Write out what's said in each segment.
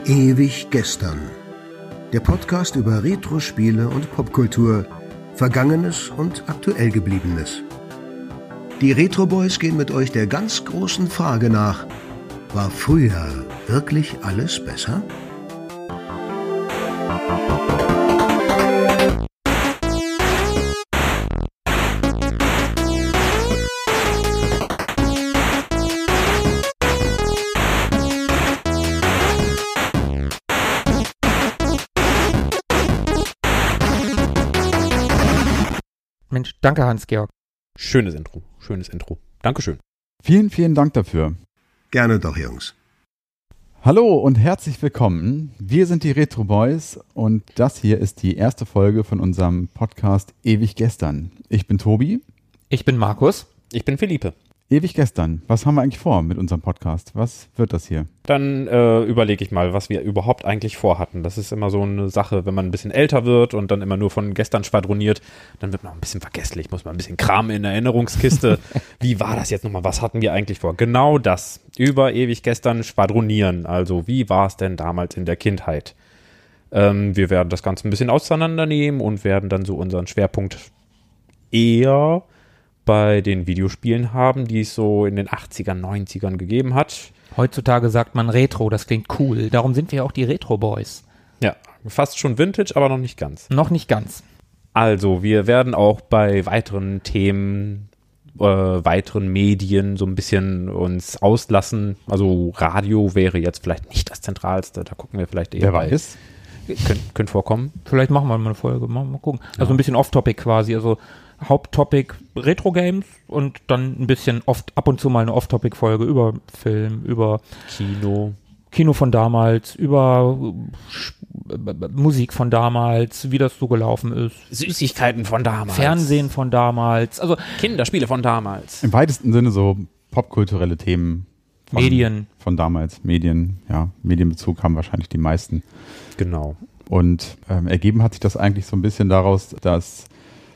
Ewig gestern. Der Podcast über Retro-Spiele und Popkultur, Vergangenes und aktuell Gebliebenes. Die Retro Boys gehen mit euch der ganz großen Frage nach: War früher wirklich alles besser? Mensch, danke Hans-Georg. Schönes Intro. Dankeschön. Vielen, vielen Dank dafür. Gerne doch, Jungs. Hallo und herzlich willkommen. Wir sind die Retro Boys und das hier ist die erste Folge von unserem Podcast Ewig gestern. Ich bin Tobi. Ich bin Markus. Ich bin Philippe. Ewig gestern. Was haben wir eigentlich vor mit unserem Podcast? Was wird das hier? Dann überlege ich mal, was wir überhaupt eigentlich vorhatten. Das ist immer so eine Sache, wenn man ein bisschen älter wird und dann immer nur von gestern schwadroniert, dann wird man ein bisschen vergesslich, muss man ein bisschen kramen in der Erinnerungskiste. Wie war das jetzt nochmal? Was hatten wir eigentlich vor? Genau das. Über ewig gestern schwadronieren. Also wie war es denn damals in der Kindheit? Wir werden das Ganze ein bisschen auseinandernehmen und werden dann so unseren Schwerpunkt eher bei den Videospielen haben, die es so in den 80ern, 90ern gegeben hat. Heutzutage sagt man Retro, das klingt cool. Darum sind wir auch die Retro Boys. Ja, fast schon Vintage, aber noch nicht ganz. Noch nicht ganz. Also, wir werden auch bei weiteren Themen, weiteren Medien so ein bisschen uns auslassen. Also, Radio wäre jetzt vielleicht nicht das Zentralste. Da gucken wir vielleicht eher. Wer weiß. Könnte vorkommen. Vielleicht machen wir mal eine Folge. Mal gucken. Also ein bisschen Off-Topic quasi. Also Haupttopic Retro-Games und dann ein bisschen ab und zu mal eine Off-Topic-Folge über Film, über Kino von damals, über Musik von damals, wie das so gelaufen ist. Süßigkeiten von damals. Fernsehen von damals. Also Kinderspiele von damals. Im weitesten Sinne so popkulturelle Themen. Medien. Von damals. Medien, ja. Medienbezug haben wahrscheinlich die meisten. Genau. Und ergeben hat sich das eigentlich so ein bisschen daraus, dass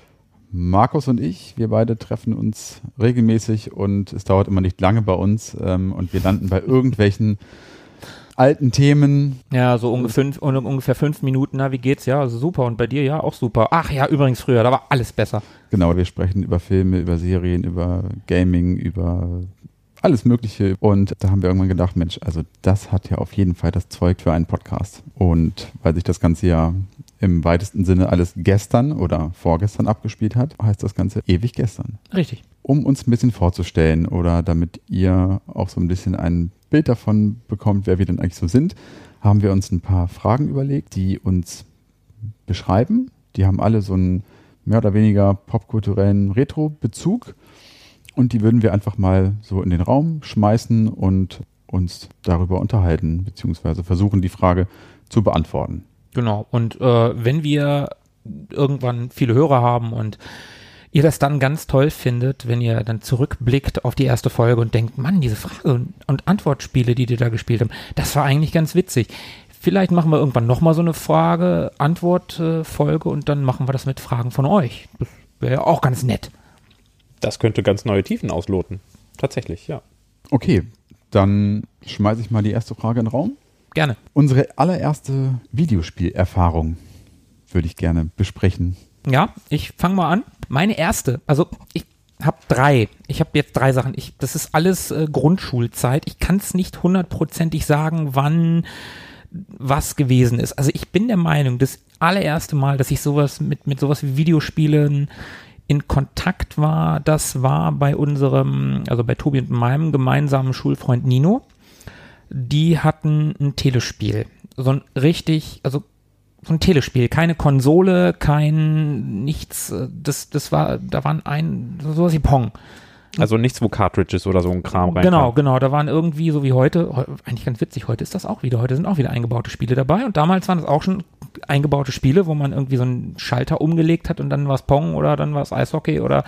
Markus und ich, wir beide treffen uns regelmäßig und es dauert immer nicht lange bei uns und wir landen bei irgendwelchen alten Themen. Ja, so ungefähr 5 Minuten, na, wie geht's? Ja, also super. Und bei dir ja auch super. Ach ja, übrigens früher, da war alles besser. Genau, wir sprechen über Filme, über Serien, über Gaming, über alles Mögliche. Und da haben wir irgendwann gedacht, Mensch, also das hat ja auf jeden Fall das Zeug für einen Podcast. Und weil sich das Ganze ja im weitesten Sinne alles gestern oder vorgestern abgespielt hat, heißt das Ganze ewig gestern. Richtig. Um uns ein bisschen vorzustellen oder damit ihr auch so ein bisschen ein Bild davon bekommt, wer wir denn eigentlich so sind, haben wir uns ein paar Fragen überlegt, die uns beschreiben. Die haben alle so einen mehr oder weniger popkulturellen Retro-Bezug und die würden wir einfach mal so in den Raum schmeißen und uns darüber unterhalten, beziehungsweise versuchen, die Frage zu beantworten. Genau, und wenn wir irgendwann viele Hörer haben und ihr das dann ganz toll findet, wenn ihr dann zurückblickt auf die erste Folge und denkt, Mann, diese Frage- und Antwortspiele, die da gespielt haben, das war eigentlich ganz witzig. Vielleicht machen wir irgendwann nochmal so eine Frage-Antwort-Folge und dann machen wir das mit Fragen von euch. Das wäre ja auch ganz nett. Das könnte ganz neue Tiefen ausloten. Tatsächlich, ja. Okay, dann schmeiße ich mal die erste Frage in den Raum. Gerne. Unsere allererste Videospielerfahrung würde ich gerne besprechen. Ja, ich fange mal an. Meine erste, also ich habe 3. Ich habe jetzt 3 Sachen. Das ist alles Grundschulzeit. Ich kann es nicht 100%ig sagen, wann was gewesen ist. Also ich bin der Meinung, das allererste Mal, dass ich sowas mit sowas wie Videospielen in Kontakt war, das war bei bei Tobi und meinem gemeinsamen Schulfreund Nino. Die hatten ein Telespiel. So ein Telespiel. Keine Konsole, kein nichts. Da waren sowas wie Pong. Also nichts, wo Cartridges oder so ein Kram rein. Genau. Da waren irgendwie, so wie heute, eigentlich ganz witzig, heute ist das auch wieder. Heute sind auch wieder eingebaute Spiele dabei. Und damals waren das auch schon eingebaute Spiele, wo man irgendwie so einen Schalter umgelegt hat und dann war es Pong oder dann war es Eishockey oder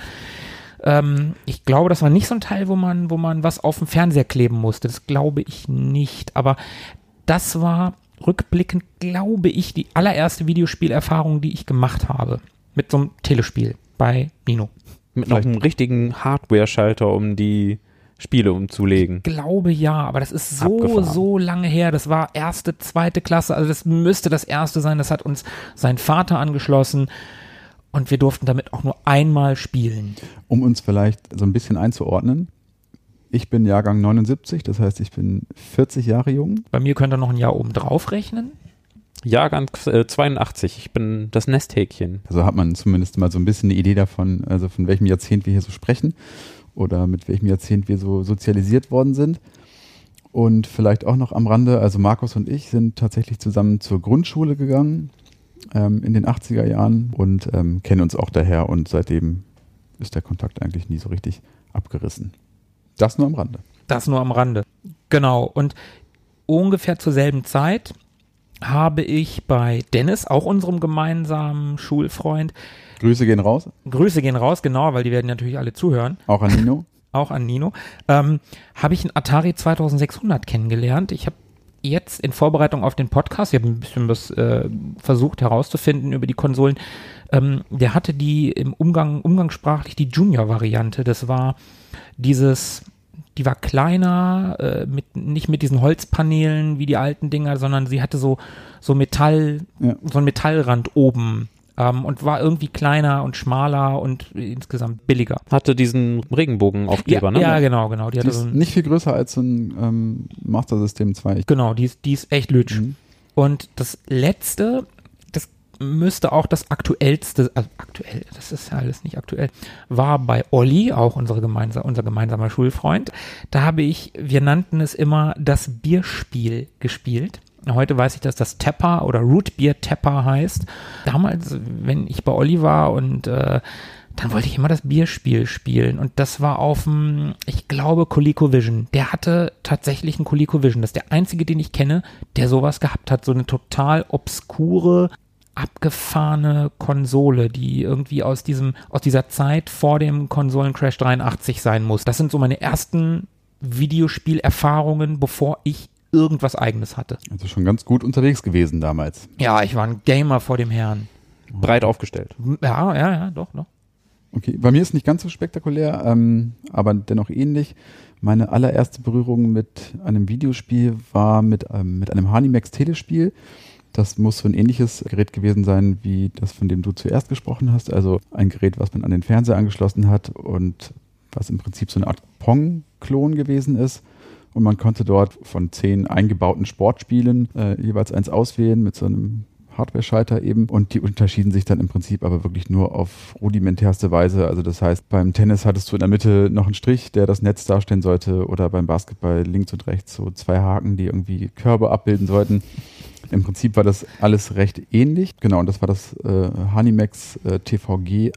ich glaube, das war nicht so ein Teil, wo man was auf dem Fernseher kleben musste. Das glaube ich nicht. Aber das war rückblickend, glaube ich, die allererste Videospielerfahrung, die ich gemacht habe. Mit so einem Telespiel bei Nino. Mit noch einem richtigen Hardware-Schalter, um die Spiele umzulegen. Ich glaube ja, aber das ist Abgefahren. so lange her. Das war 1., 2. Klasse, also das müsste das erste sein. Das hat uns sein Vater angeschlossen und wir durften damit auch nur einmal spielen. Um uns vielleicht so ein bisschen einzuordnen, ich bin Jahrgang 79, das heißt, ich bin 40 Jahre jung. Bei mir könnt ihr noch ein Jahr oben drauf rechnen. Jahrgang 82, ich bin das Nesthäkchen. Also hat man zumindest mal so ein bisschen eine Idee davon, also von welchem Jahrzehnt wir hier so sprechen oder mit welchem Jahrzehnt wir so sozialisiert worden sind. Und vielleicht auch noch am Rande, also Markus und ich sind tatsächlich zusammen zur Grundschule gegangen in den 80er Jahren und kennen uns auch daher und seitdem ist der Kontakt eigentlich nie so richtig abgerissen. Das nur am Rande. Das nur am Rande. Genau. Und ungefähr zur selben Zeit habe ich bei Dennis, auch unserem gemeinsamen Schulfreund, Grüße gehen raus. Grüße gehen raus, genau, weil die werden natürlich alle zuhören. Auch an Nino. Auch an Nino, habe ich einen Atari 2600 kennengelernt. Ich habe jetzt in Vorbereitung auf den Podcast, ich habe ein bisschen was versucht herauszufinden über die Konsolen, der hatte die im umgangssprachlich die Junior-Variante. Das war die war kleiner, nicht mit diesen Holzpaneelen wie die alten Dinger, sondern sie hatte so Metall, Ja. so ein Metallrand oben. Und war irgendwie kleiner und schmaler und insgesamt billiger. Hatte diesen Regenbogenaufkleber, ne? Ja, genau. Die Die hatte ist so ein, nicht viel größer als so ein Master System 2. genau, die ist echt lütsch. Mhm. Und das letzte, das müsste auch das aktuellste, also aktuell, das ist ja alles nicht aktuell, war bei Olli, auch unser gemeinsamer Schulfreund. Da habe wir nannten es immer das Bierspiel gespielt. Heute weiß ich, dass das Tapper oder Root Beer Tapper heißt. Damals, wenn ich bei Olli war und dann wollte ich immer das Bierspiel spielen und das war auf dem, ich glaube, ColecoVision. Der hatte tatsächlich einen ColecoVision. Das ist der einzige, den ich kenne, der sowas gehabt hat. So eine total obskure, abgefahrene Konsole, die irgendwie aus dieser Zeit vor dem Konsolencrash 83 sein muss. Das sind so meine ersten Videospielerfahrungen, bevor ich irgendwas Eigenes hatte. Also schon ganz gut unterwegs gewesen damals. Ja, ich war ein Gamer vor dem Herrn. Breit aufgestellt. Ja, doch. Okay, bei mir ist nicht ganz so spektakulär, aber dennoch ähnlich. Meine allererste Berührung mit einem Videospiel war mit einem Hanimex Telespiel. Das muss so ein ähnliches Gerät gewesen sein, wie das, von dem du zuerst gesprochen hast. Also ein Gerät, was man an den Fernseher angeschlossen hat und was im Prinzip so eine Art Pong-Klon gewesen ist. Und man konnte dort von 10 eingebauten Sportspielen jeweils eins auswählen mit so einem Hardware-Schalter eben. Und die unterschieden sich dann im Prinzip aber wirklich nur auf rudimentärste Weise. Also das heißt, beim Tennis hattest du in der Mitte noch einen Strich, der das Netz darstellen sollte. Oder beim Basketball links und rechts so 2 Haken, die irgendwie Körbe abbilden sollten. Im Prinzip war das alles recht ähnlich. Genau, und das war das Hanimex TVG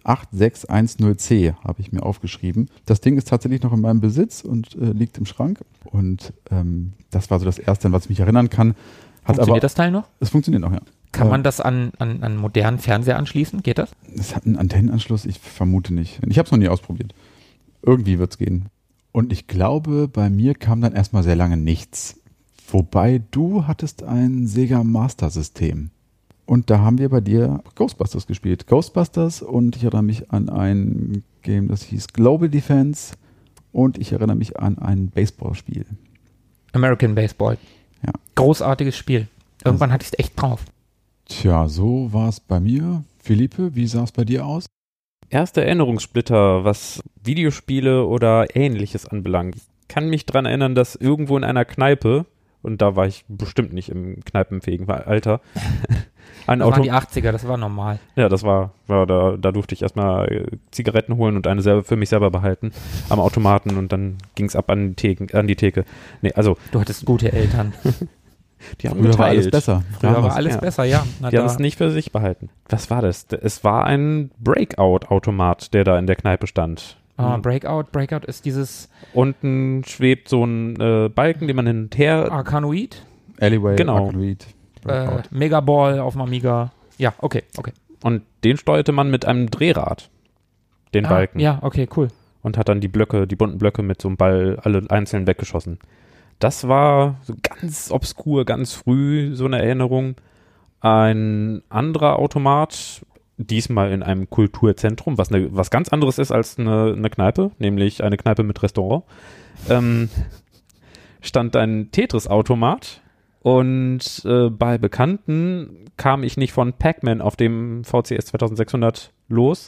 8610C, habe ich mir aufgeschrieben. Das Ding ist tatsächlich noch in meinem Besitz und liegt im Schrank. Und das war so das Erste, an was ich mich erinnern kann. Funktioniert das Teil noch? Es funktioniert noch, ja. Kann man das an modernen Fernseher anschließen? Geht das? Es hat einen Antennenanschluss, ich vermute nicht. Ich habe es noch nie ausprobiert. Irgendwie wird es gehen. Und ich glaube, bei mir kam dann erstmal sehr lange nichts. Wobei du hattest ein Sega Master System. Und da haben wir bei dir Ghostbusters gespielt. Ghostbusters und ich erinnere mich an ein Game, das hieß Global Defense und ich erinnere mich an ein Baseballspiel. American Baseball. Ja. Großartiges Spiel. Irgendwann hatte ich es echt drauf. Tja, so war es bei mir. Philippe, wie sah es bei dir aus? Erste Erinnerungssplitter, was Videospiele oder Ähnliches anbelangt. Ich kann mich dran erinnern, dass irgendwo in einer Kneipe, und da war ich bestimmt nicht im kneipenfähigen Alter, ein Das Auto. waren die 80er, das war normal. Ja, das war da durfte ich erstmal Zigaretten holen und eine für mich selber behalten am Automaten und dann ging es ab an die Theke. Nee, also Du hattest gute Eltern. die haben Früher war alles geteilt. besser. Früher war alles besser, ja. Na, Die haben es nicht für sich behalten. Was war das? Es war ein Breakout-Automat, der da in der Kneipe stand. Breakout ist dieses Unten schwebt so ein Balken, den man hin und her. Arkanoid, Alleyway, Genau. Arcanoid, Breakout. Megaball auf dem Amiga. Ja, okay. Und den steuerte man mit einem Drehrad. Den Balken. Ja, okay, cool. Und hat dann die bunten Blöcke mit so einem Ball alle einzeln weggeschossen. Das war so ganz obskur, ganz früh so eine Erinnerung. Ein anderer Automat diesmal in einem Kulturzentrum, was ganz anderes ist als eine Kneipe, nämlich eine Kneipe mit Restaurant, stand ein Tetris-Automat und bei Bekannten kam ich nicht von Pac-Man auf dem VCS 2600 los.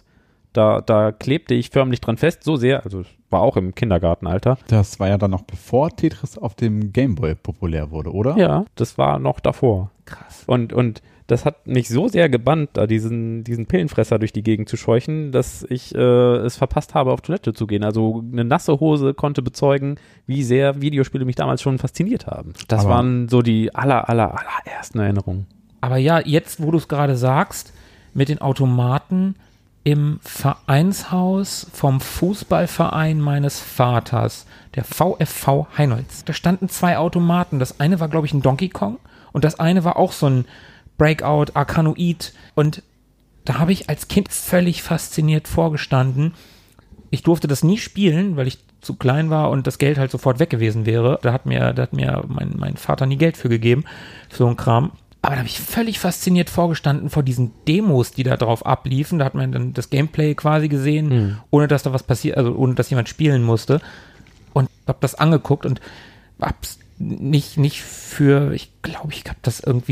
Da klebte ich förmlich dran fest, so sehr, also war auch im Kindergartenalter. Das war ja dann noch bevor Tetris auf dem Gameboy populär wurde, oder? Ja, das war noch davor. Krass. Und das hat mich so sehr gebannt, da diesen Pillenfresser durch die Gegend zu scheuchen, dass ich es verpasst habe, auf Toilette zu gehen. Also eine nasse Hose konnte bezeugen, wie sehr Videospiele mich damals schon fasziniert haben. Das waren so die allerersten Erinnerungen. Aber ja, jetzt, wo du es gerade sagst, mit den Automaten im Vereinshaus vom Fußballverein meines Vaters, der VfV Heinolz. Da standen 2 Automaten. Das eine war, glaube ich, ein Donkey Kong und das eine war auch so ein Breakout, Arkanoid. Und da habe ich als Kind völlig fasziniert vorgestanden. Ich durfte das nie spielen, weil ich zu klein war und das Geld halt sofort weg gewesen wäre. Da hat mir mein Vater nie Geld für gegeben, für so einen Kram. Aber da habe ich völlig fasziniert vorgestanden vor diesen Demos, die da drauf abliefen. Da hat man dann das Gameplay quasi gesehen, ohne dass da was passiert, also ohne dass jemand spielen musste. Und habe das angeguckt und hab's nicht für, ich glaube, ich habe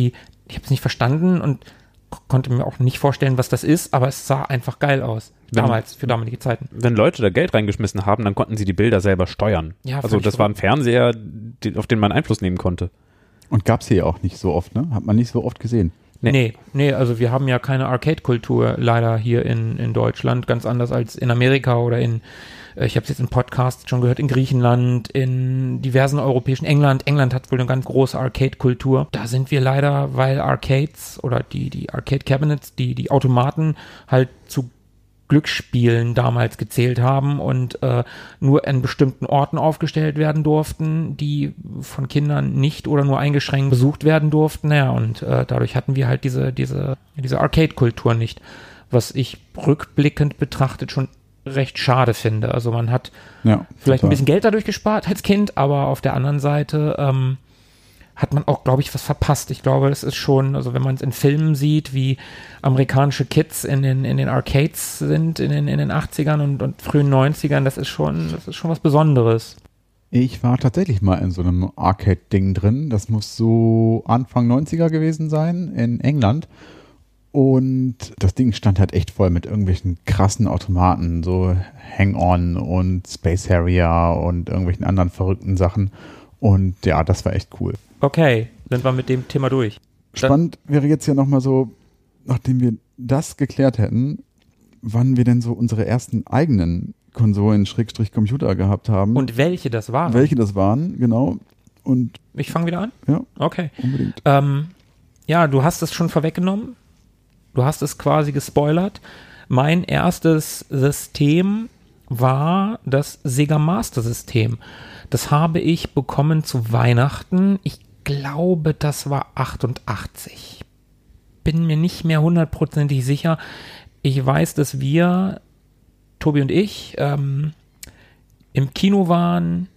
es nicht verstanden und konnte mir auch nicht vorstellen, was das ist, aber es sah einfach geil aus. Damals, für damalige Zeiten. Wenn Leute da Geld reingeschmissen haben, dann konnten sie die Bilder selber steuern. Ja, also das war ein Fernseher, auf den man Einfluss nehmen konnte. Und gab es hier auch nicht so oft, ne? Hat man nicht so oft gesehen. Nee, also wir haben ja keine Arcade-Kultur leider hier in Deutschland, ganz anders als in Amerika oder ich habe es jetzt im Podcast schon gehört, in Griechenland, in diversen europäischen, England hat wohl eine ganz große Arcade-Kultur. Da sind wir leider, weil Arcades oder die Arcade-Cabinets, die Automaten halt zu Glücksspielen damals gezählt haben und nur an bestimmten Orten aufgestellt werden durften, die von Kindern nicht oder nur eingeschränkt besucht werden durften. Ja, und dadurch hatten wir halt diese Arcade-Kultur nicht, was ich rückblickend betrachtet schon recht schade finde. Also man hat vielleicht ein bisschen Geld dadurch gespart als Kind, aber auf der anderen Seite hat man auch, glaube ich, was verpasst. Ich glaube, das ist schon, also wenn man es in Filmen sieht, wie amerikanische Kids in den Arcades sind in den 80ern und frühen 90ern, das ist schon was Besonderes. Ich war tatsächlich mal in so einem Arcade-Ding drin. Das muss so Anfang 90er gewesen sein in England. Und das Ding stand halt echt voll mit irgendwelchen krassen Automaten, so Hang-On und Space Harrier und irgendwelchen anderen verrückten Sachen. Und ja, das war echt cool. Okay, sind wir mit dem Thema durch. Spannend wäre jetzt ja nochmal so, nachdem wir das geklärt hätten, wann wir denn so unsere ersten eigenen Konsolen, Computer gehabt haben. Und welche das waren. Genau. Und ich fange wieder an? Ja, okay. Unbedingt. Ja, du hast es schon vorweggenommen. Du hast es quasi gespoilert. Mein erstes System war das Sega Master System. Das habe ich bekommen zu Weihnachten. Ich glaube, das war 88. Bin mir nicht mehr hundertprozentig sicher. Ich weiß, dass wir, Tobi und ich, im Kino waren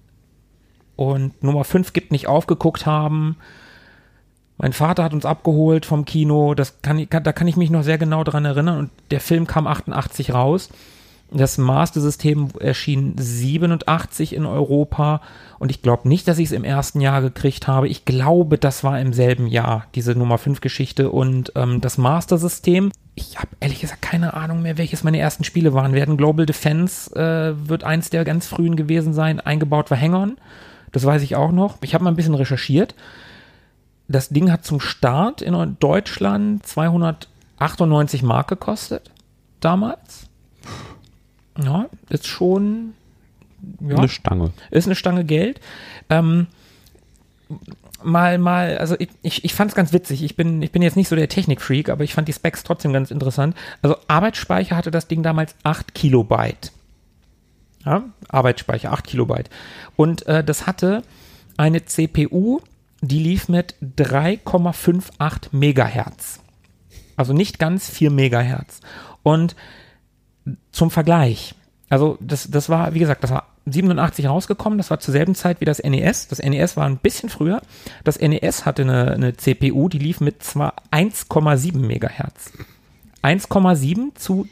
und Nummer 5 gibt nicht aufgeguckt haben. Mein Vater hat uns abgeholt vom Kino. Da kann ich mich noch sehr genau dran erinnern. Und der Film kam 88 raus. Das Master-System erschien 87 in Europa und ich glaube nicht, dass ich es im ersten Jahr gekriegt habe. Ich glaube, das war im selben Jahr, diese Nummer 5 Geschichte und das Master-System. Ich habe ehrlich gesagt keine Ahnung mehr, welches meine ersten Spiele waren. Global Defense wird eins der ganz frühen gewesen sein. Eingebaut war Hang-On, das weiß ich auch noch. Ich habe mal ein bisschen recherchiert. Das Ding hat zum Start in Deutschland 298 Mark gekostet, damals. Ja, ist schon eine Stange. Ist eine Stange Geld. Also ich fand es ganz witzig. Ich bin jetzt nicht so der Technikfreak, aber ich fand die Specs trotzdem ganz interessant. Also Arbeitsspeicher hatte das Ding damals 8 Kilobyte. Ja, Arbeitsspeicher, 8 Kilobyte. Und das hatte eine CPU, die lief mit 3,58 Megahertz. Also nicht ganz 4 Megahertz. Und zum Vergleich, also das war, wie gesagt, das war 87 rausgekommen, das war zur selben Zeit wie das NES. Das NES war ein bisschen früher. Das NES hatte eine CPU, die lief mit zwar 1,7 Megahertz. 1,7 zu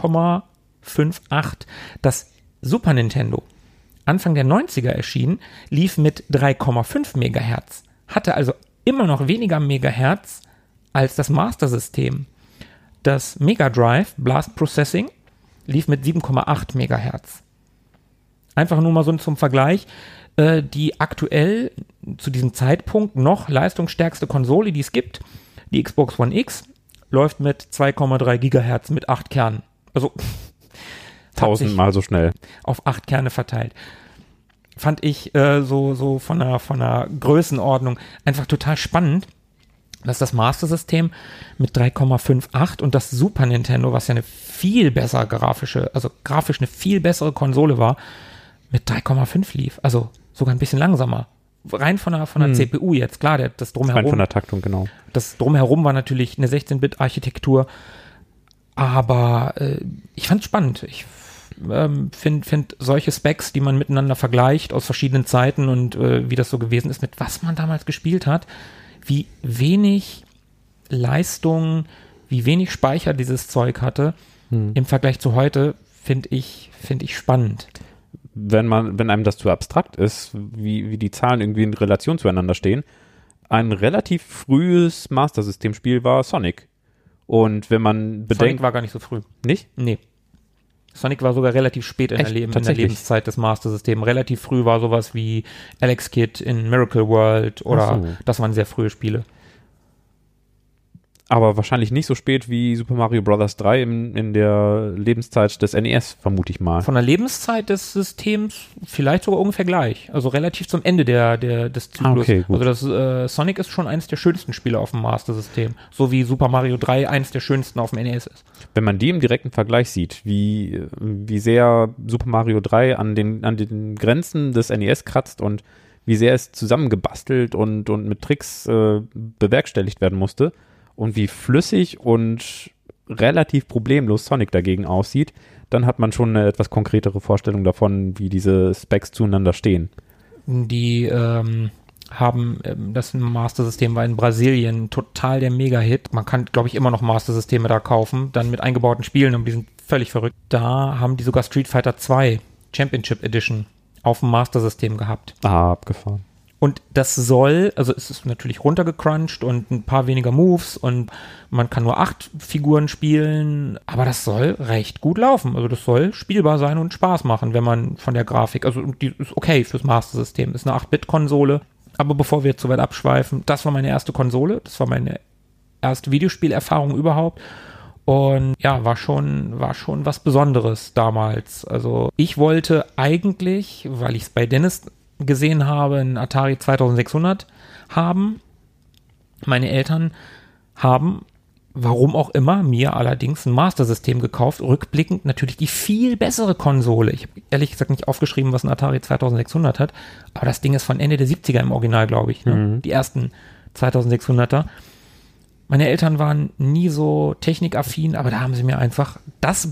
3,58. Das Super Nintendo, Anfang der 90er erschienen, lief mit 3,5 Megahertz. Hatte also immer noch weniger Megahertz als das Master System. Das Mega Drive Blast Processing lief mit 7,8 Megahertz. Einfach nur mal so zum Vergleich, die aktuell zu diesem Zeitpunkt noch leistungsstärkste Konsole, die es gibt, die Xbox One X, läuft mit 2,3 Gigahertz mit 8 Kernen. Also 1000-mal so schnell. Auf 8 Kerne verteilt. Fand ich so von der Größenordnung einfach total spannend, dass das Master System mit 3,58 und das Super Nintendo, was ja eine viel bessere grafisch eine viel bessere Konsole war, mit 3,5 lief. Also sogar ein bisschen langsamer. Rein von der CPU jetzt, klar, das Drumherum. Rein von der Taktung, genau. Das Drumherum war natürlich eine 16-Bit-Architektur, aber ich fand es spannend. Ich finde solche Specs, die man miteinander vergleicht aus verschiedenen Zeiten und wie das so gewesen ist, mit was man damals gespielt hat, wie wenig Leistung, wie wenig Speicher dieses Zeug hatte, im Vergleich zu heute, finde ich spannend. Wenn einem das zu abstrakt ist, wie die Zahlen irgendwie in Relation zueinander stehen, ein relativ frühes Master-System-Spiel war Sonic. Und wenn man bedenkt... Sonic war gar nicht so früh. Nicht? Nee. Sonic war sogar relativ spät in der Lebenszeit des Master-Systems. Relativ früh war sowas wie Alex Kidd in Miracle World oder das waren sehr frühe Spiele. Aber wahrscheinlich nicht so spät wie Super Mario Bros. 3 in der Lebenszeit des NES, vermute ich mal. Von der Lebenszeit des Systems vielleicht sogar ungefähr gleich. Also relativ zum Ende des Zyklus. Okay, gut. Also das Sonic ist schon eines der schönsten Spiele auf dem Master-System. So wie Super Mario 3 eines der schönsten auf dem NES ist. Wenn man die im direkten Vergleich sieht, wie sehr Super Mario 3 an den Grenzen des NES kratzt und wie sehr es zusammengebastelt und mit Tricks bewerkstelligt werden musste, und wie flüssig und relativ problemlos Sonic dagegen aussieht, dann hat man schon eine etwas konkretere Vorstellung davon, wie diese Specs zueinander stehen. Die haben, das Master-System war in Brasilien total der Mega-Hit. Man kann, glaube ich, immer noch Master-Systeme da kaufen, dann mit eingebauten Spielen, und die sind völlig verrückt. Da haben die sogar Street Fighter 2 Championship Edition auf dem Master-System gehabt. Abgefahren. Und es ist natürlich runtergecrunched und ein paar weniger Moves und man kann nur 8 Figuren spielen, aber das soll recht gut laufen. Also das soll spielbar sein und Spaß machen, wenn man von der Grafik, also die ist okay fürs Master-System, ist eine 8-Bit-Konsole. Aber bevor wir zu weit abschweifen, das war meine erste Konsole, das war meine erste Videospielerfahrung überhaupt. Und ja, war schon was Besonderes damals. Also ich wollte eigentlich, weil ich es bei Dennis gesehen habe, einen Atari 2600 haben. Meine Eltern haben, warum auch immer, mir allerdings ein Master-System gekauft. Rückblickend natürlich die viel bessere Konsole. Ich habe ehrlich gesagt nicht aufgeschrieben, was ein Atari 2600 hat, aber das Ding ist von Ende der 70er im Original, glaube ich. Ne? Die ersten 2600er. Meine Eltern waren nie so technikaffin, aber da haben sie mir einfach das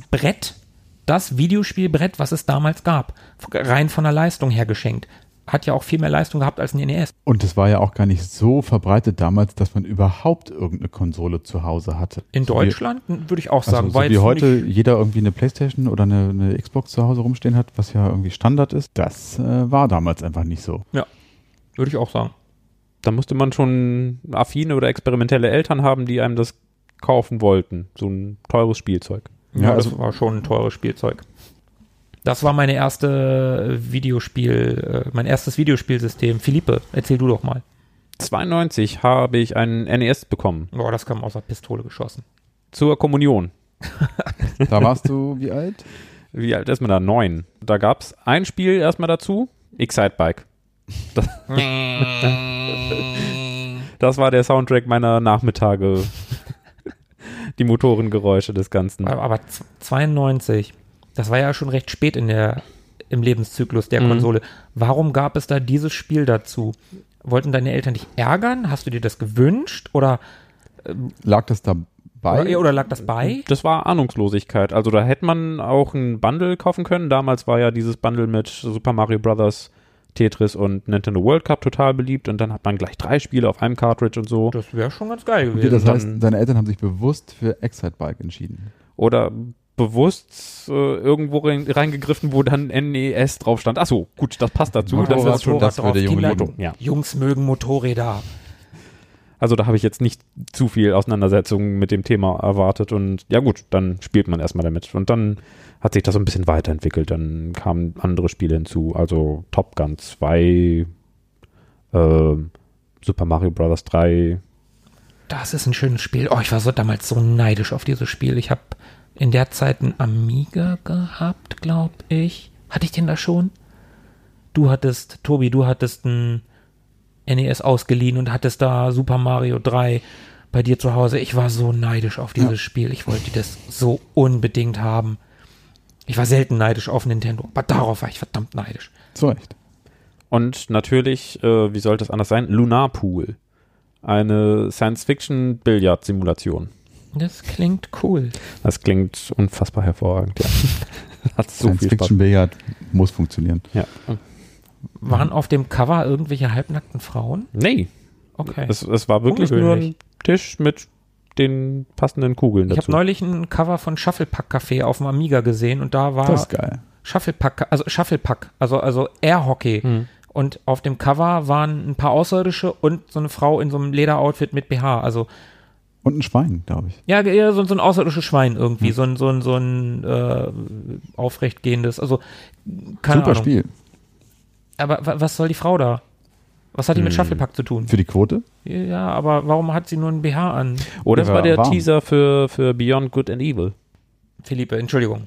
Videospielbrett, was es damals gab, rein von der Leistung her geschenkt. Hat ja auch viel mehr Leistung gehabt als ein NES. Und es war ja auch gar nicht so verbreitet damals, dass man überhaupt irgendeine Konsole zu Hause hatte. In Deutschland würde ich auch sagen. Also so wie heute jeder irgendwie eine Playstation oder eine Xbox zu Hause rumstehen hat, was ja irgendwie Standard ist, das war damals einfach nicht so. Ja, würde ich auch sagen. Da musste man schon affine oder experimentelle Eltern haben, die einem das kaufen wollten. So ein teures Spielzeug. Ja, das war schon ein teures Spielzeug. Das war mein erstes Videospielsystem. Philippe, erzähl du doch mal. 92 habe ich einen NES bekommen. Boah, das kam aus der Pistole geschossen. Zur Kommunion. Da warst du wie alt? Wie alt ist man da? 9. Da gab es ein Spiel erstmal dazu, Excitebike. Das war der Soundtrack meiner Nachmittage. Die Motorengeräusche des Ganzen. Aber 92, das war ja schon recht spät im Lebenszyklus der Konsole. Warum gab es da dieses Spiel dazu? Wollten deine Eltern dich ärgern? Hast du dir das gewünscht? Oder lag das dabei? Oder lag das bei? Das war Ahnungslosigkeit. Also da hätte man auch ein Bundle kaufen können. Damals war ja dieses Bundle mit Super Mario Bros. Tetris und Nintendo World Cup total beliebt und dann hat man gleich 3 Spiele auf einem Cartridge und so. Das wäre schon ganz geil Okay, gewesen. das heißt, deine Eltern haben sich bewusst für Excitebike entschieden. Oder bewusst irgendwo reingegriffen, wo dann NES drauf stand. Achso, gut, das passt dazu. Motorrad, Das ist schon das würde junge Kinder, Leute. Ja. Jungs mögen Motorräder. Also da habe ich jetzt nicht zu viel Auseinandersetzung mit dem Thema erwartet und ja gut, dann spielt man erstmal damit und dann hat sich das so ein bisschen weiterentwickelt, dann kamen andere Spiele hinzu, also Top Gun 2, Super Mario Bros. 3. Das ist ein schönes Spiel. Oh, ich war so damals so neidisch auf dieses Spiel. Ich habe in der Zeit einen Amiga gehabt, glaube ich. Hatte ich den da schon? Tobi, du hattest ein NES ausgeliehen und hattest da Super Mario 3 bei dir zu Hause. Ich war so neidisch auf dieses Spiel. Ich wollte das so unbedingt haben. Ich war selten neidisch auf Nintendo, aber darauf war ich verdammt neidisch. Zu Recht. Und natürlich, wie sollte es anders sein, Lunar Pool. Eine Science-Fiction-Billard-Simulation. Das klingt cool. Das klingt unfassbar hervorragend, ja. Hat so viel Spaß. Science-Fiction-Billard muss funktionieren. Ja. Waren auf dem Cover irgendwelche halbnackten Frauen? Nee, Okay. es war wirklich nur ein Tisch mit den passenden Kugeln Ich dazu. habe neulich ein Cover von Shufflepack Café auf dem Amiga gesehen und da war Das ist geil. Shufflepack, also Airhockey. Und auf dem Cover waren ein paar Außerirdische und so eine Frau in so einem Lederoutfit mit BH. Also Und ein Schwein, glaube ich. ja, eher so ein außerirdisches Schwein irgendwie, so ein aufrecht gehendes, also keine Super Ahnung. Spiel. Aber was soll die Frau da? Was hat die mit Shufflepack zu tun? Für die Quote? Ja, aber warum hat sie nur ein BH an? Oder es Ja, war der warm. Teaser für Beyond Good and Evil. Philippe, Entschuldigung.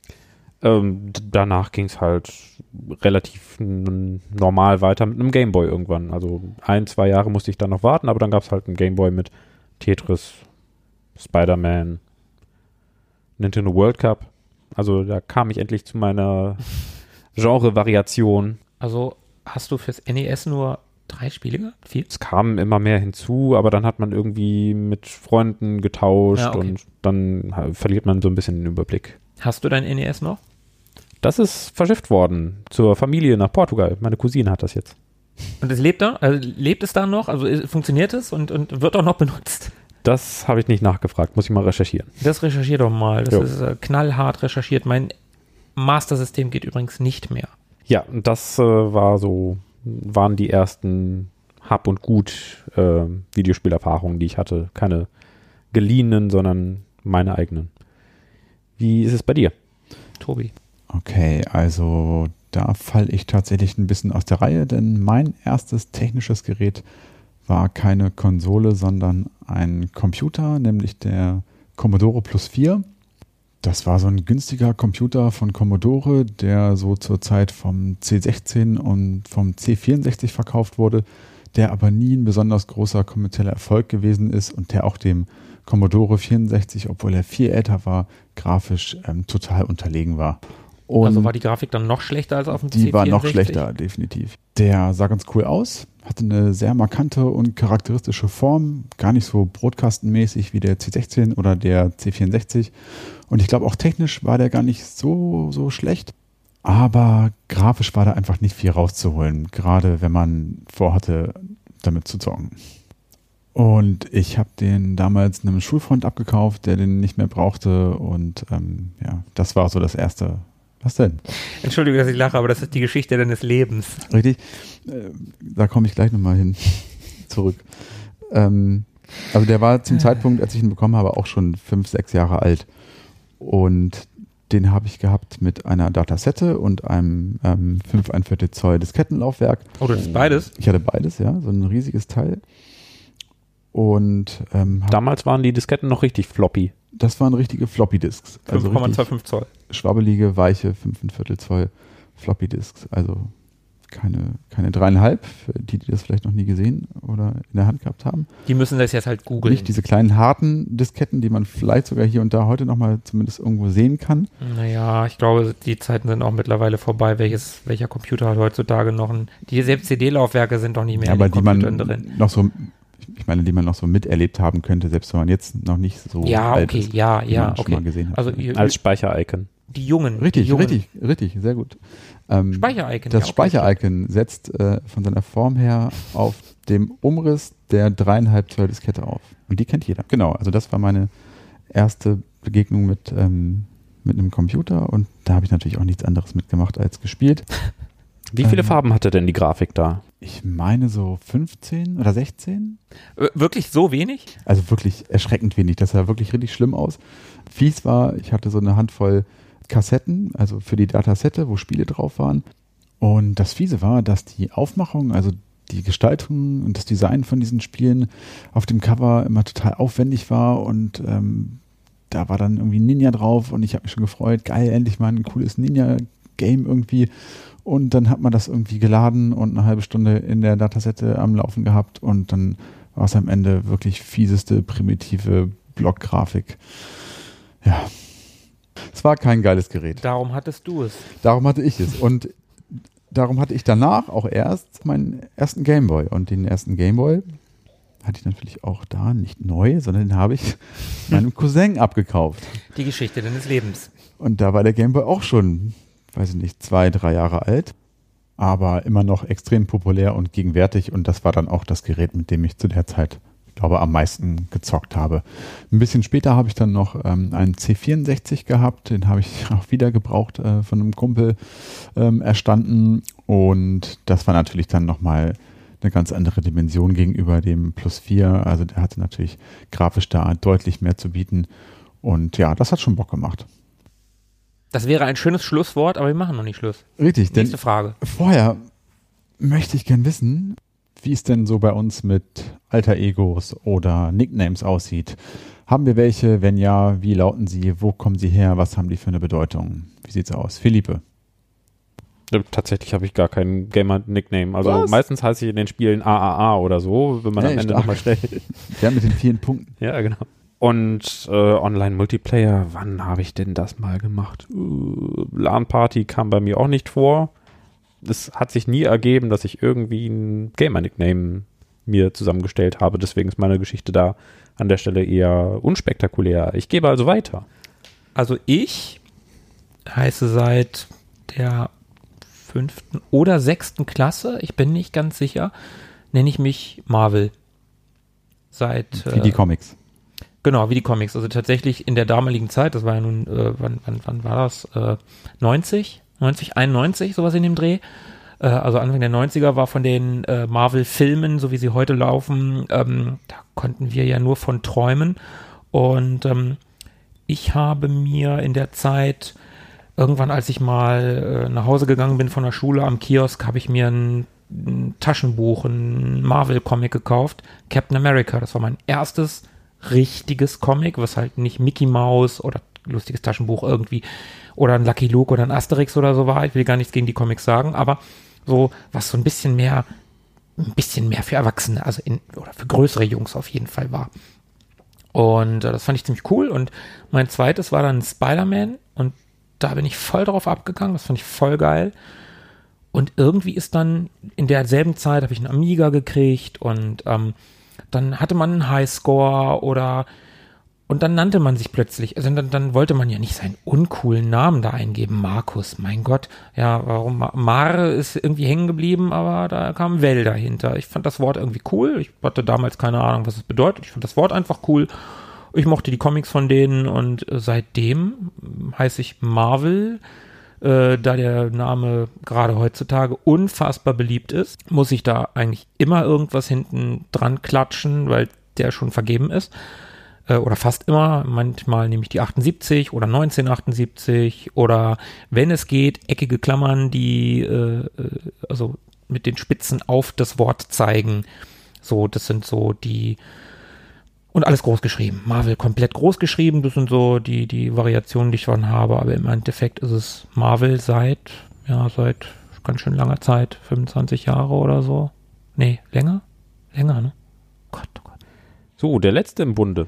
Danach ging es halt relativ normal weiter mit einem Gameboy irgendwann. Also 1-2 Jahre musste ich dann noch warten, aber dann gab es halt einen Gameboy mit Tetris, Spider-Man, Nintendo World Cup. Also da kam ich endlich zu meiner Genre-Variation. Also hast du fürs NES nur 3 Spiele gehabt? 4? Es kamen immer mehr hinzu, aber dann hat man irgendwie mit Freunden getauscht Ja, okay. und dann verliert man so ein bisschen den Überblick. Hast du dein NES noch? Das ist verschifft worden zur Familie nach Portugal. Meine Cousine hat das jetzt. Und es lebt da? Also lebt es da noch? Also funktioniert es und wird auch noch benutzt? Das habe ich nicht nachgefragt, muss ich mal recherchieren. Das recherchier doch mal. Das Jo. ist knallhart recherchiert. Mein Master-System geht übrigens nicht mehr. Ja, und das waren die ersten Hab- und Gut-Videospielerfahrungen, die ich hatte. Keine geliehenen, sondern meine eigenen. Wie ist es bei dir? Tobi. Okay, also da falle ich tatsächlich ein bisschen aus der Reihe, denn mein erstes technisches Gerät war keine Konsole, sondern ein Computer, nämlich der Commodore Plus 4. Das war so ein günstiger Computer von Commodore, der so zur Zeit vom C16 und vom C64 verkauft wurde, der aber nie ein besonders großer kommerzieller Erfolg gewesen ist und der auch dem Commodore 64, obwohl er viel älter war, grafisch total unterlegen war. Und Also war die Grafik dann noch schlechter als auf dem die C64? war noch schlechter, definitiv. Der sah ganz cool aus, hatte eine sehr markante und charakteristische Form, gar nicht so brotkastenmäßig wie der C16 oder der C64. Und ich glaube, auch technisch war der gar nicht so schlecht. Aber grafisch war da einfach nicht viel rauszuholen, gerade wenn man vorhatte, damit zu zocken. Und ich habe den damals einem Schulfreund abgekauft, der den nicht mehr brauchte. Und ja, das war so das Erste. Was denn? Entschuldigung, dass ich lache, aber das ist die Geschichte deines Lebens. Richtig? Da komme ich gleich nochmal hin zurück. Also der war zum Zeitpunkt, als ich ihn bekommen habe, auch schon 5, 6 Jahre alt. Und den habe ich gehabt mit einer Datasette und einem 5,25 Zoll Diskettenlaufwerk. Oh, das ist beides? Ich hatte beides, ja, so ein riesiges Teil. Und Damals waren die Disketten noch richtig floppy. das waren richtige Floppy-Disks. Also richtig 5,25 Zoll. schwabbelige, weiche 5,25 Zoll Floppy-Disks. Also keine 3,5, für die das vielleicht noch nie gesehen oder in der Hand gehabt haben. Die müssen das jetzt halt googeln. Nicht diese kleinen harten Disketten, die man vielleicht sogar hier und da heute nochmal zumindest irgendwo sehen kann. Naja, ich glaube, die Zeiten sind auch mittlerweile vorbei. Welcher Computer hat heutzutage noch selbst CD-Laufwerke sind doch nicht mehr aber in die den man Computern drin. noch so, ich meine, die man noch so miterlebt haben könnte, selbst wenn man jetzt noch nicht so Ja, alt okay, ist, ja, die man schon okay. mal gesehen hat. Also Als Speicher-Icon. Die Jungen. Richtig, die Jungen. richtig, sehr gut. Speicher-Icon. Das ja, Speicher-Icon setzt von seiner Form her auf dem Umriss der 3,5 Zoll Diskette auf. Und die kennt jeder. Genau, also das war meine erste Begegnung mit einem Computer und da habe ich natürlich auch nichts anderes mitgemacht als gespielt. Wie viele Farben hatte denn die Grafik da? Ich meine so 15 oder 16. Wirklich so wenig? Also wirklich erschreckend wenig. Das sah wirklich richtig schlimm aus. Fies war, ich hatte so eine Handvoll Kassetten, also für die Datasette, wo Spiele drauf waren. Und das Fiese war, dass die Aufmachung, also die Gestaltung und das Design von diesen Spielen auf dem Cover immer total aufwendig war und da war dann irgendwie ein Ninja drauf und ich habe mich schon gefreut, geil, endlich mal ein cooles Ninja-Game irgendwie. Und dann hat man das irgendwie geladen und eine halbe Stunde in der Datasette am Laufen gehabt und dann war es am Ende wirklich fieseste, primitive Blockgrafik. Ja, es war kein geiles Gerät. Darum hattest du es. Darum hatte ich es und darum hatte ich danach auch erst meinen ersten Gameboy und den ersten Gameboy hatte ich natürlich auch da nicht neu, sondern den habe ich meinem Cousin abgekauft. Die Geschichte deines Lebens. Und da war der Gameboy auch schon, weiß ich nicht, 2, 3 Jahre alt, aber immer noch extrem populär und gegenwärtig und das war dann auch das Gerät, mit dem ich zu der Zeit, ich glaube, am meisten gezockt habe. Ein bisschen später habe ich dann noch einen C64 gehabt, den habe ich auch wieder gebraucht von einem Kumpel erstanden und das war natürlich dann nochmal eine ganz andere Dimension gegenüber dem Plus 4, also der hatte natürlich grafisch da deutlich mehr zu bieten und ja, das hat schon Bock gemacht. Das wäre ein schönes Schlusswort, aber wir machen noch nicht Schluss. Richtig. Nächste Frage. Vorher möchte ich gern wissen, wie es denn so bei uns mit Alter Egos oder Nicknames aussieht. Haben wir welche? Wenn ja, wie lauten sie? Wo kommen sie her? Was haben die für eine Bedeutung? Wie sieht's aus? Philippe? Tatsächlich habe ich gar keinen Gamer-Nickname. Also Was? meistens heiße ich in den Spielen AAA oder so, wenn man am Ende nochmal schnell... Der mit den vielen Punkten. Ja, genau. Und Online-Multiplayer, wann habe ich denn das mal gemacht? LAN-Party kam bei mir auch nicht vor. Es hat sich nie ergeben, dass ich irgendwie ein Gamer-Nickname mir zusammengestellt habe. Deswegen ist meine Geschichte da an der Stelle eher unspektakulär. Ich gebe also weiter. Also ich heiße seit der 5. oder 6. Klasse, ich bin nicht ganz sicher, nenne ich mich Marvel. Wie die Comics. Genau, wie die Comics. Also tatsächlich in der damaligen Zeit, das war ja nun, wann war das? 91, sowas in dem Dreh. Also Anfang der 90er war von den Marvel-Filmen, so wie sie heute laufen, da konnten wir ja nur von träumen. Und ich habe mir in der Zeit, irgendwann als ich mal nach Hause gegangen bin von der Schule am Kiosk, habe ich mir ein Taschenbuch, ein Marvel-Comic gekauft, Captain America. Das war mein erstes richtiges Comic, was halt nicht Mickey Mouse oder lustiges Taschenbuch irgendwie oder ein Lucky Luke oder ein Asterix oder so war. Ich will gar nichts gegen die Comics sagen, aber so, was so ein bisschen mehr für Erwachsene, also oder für größere Jungs auf jeden Fall war. Und das fand ich ziemlich cool. Und mein zweites war dann Spider-Man und da bin ich voll drauf abgegangen. Das fand ich voll geil. Und irgendwie ist dann in derselben Zeit habe ich einen Amiga gekriegt und dann hatte man einen Highscore und dann nannte man sich plötzlich, also dann wollte man ja nicht seinen uncoolen Namen da eingeben, Markus, mein Gott, ja, warum, Mar ist irgendwie hängen geblieben, aber da kam Well dahinter. Ich fand das Wort irgendwie cool, ich hatte damals keine Ahnung, was es bedeutet, ich fand das Wort einfach cool, ich mochte die Comics von denen und seitdem heiße ich Marvel. Da der Name gerade heutzutage unfassbar beliebt ist, muss ich da eigentlich immer irgendwas hinten dran klatschen, weil der schon vergeben ist. Oder fast immer. Manchmal nehme ich die 78 oder 1978 oder wenn es geht, eckige Klammern, die also mit den Spitzen auf das Wort zeigen. So, das sind so die und alles groß geschrieben. Marvel komplett groß geschrieben. Das sind so die Variationen, die ich schon habe. Aber im Endeffekt ist es Marvel seit ganz schön langer Zeit. 25 Jahre oder so. Nee, länger? Länger, ne? Gott, oh Gott. So, der letzte im Bunde.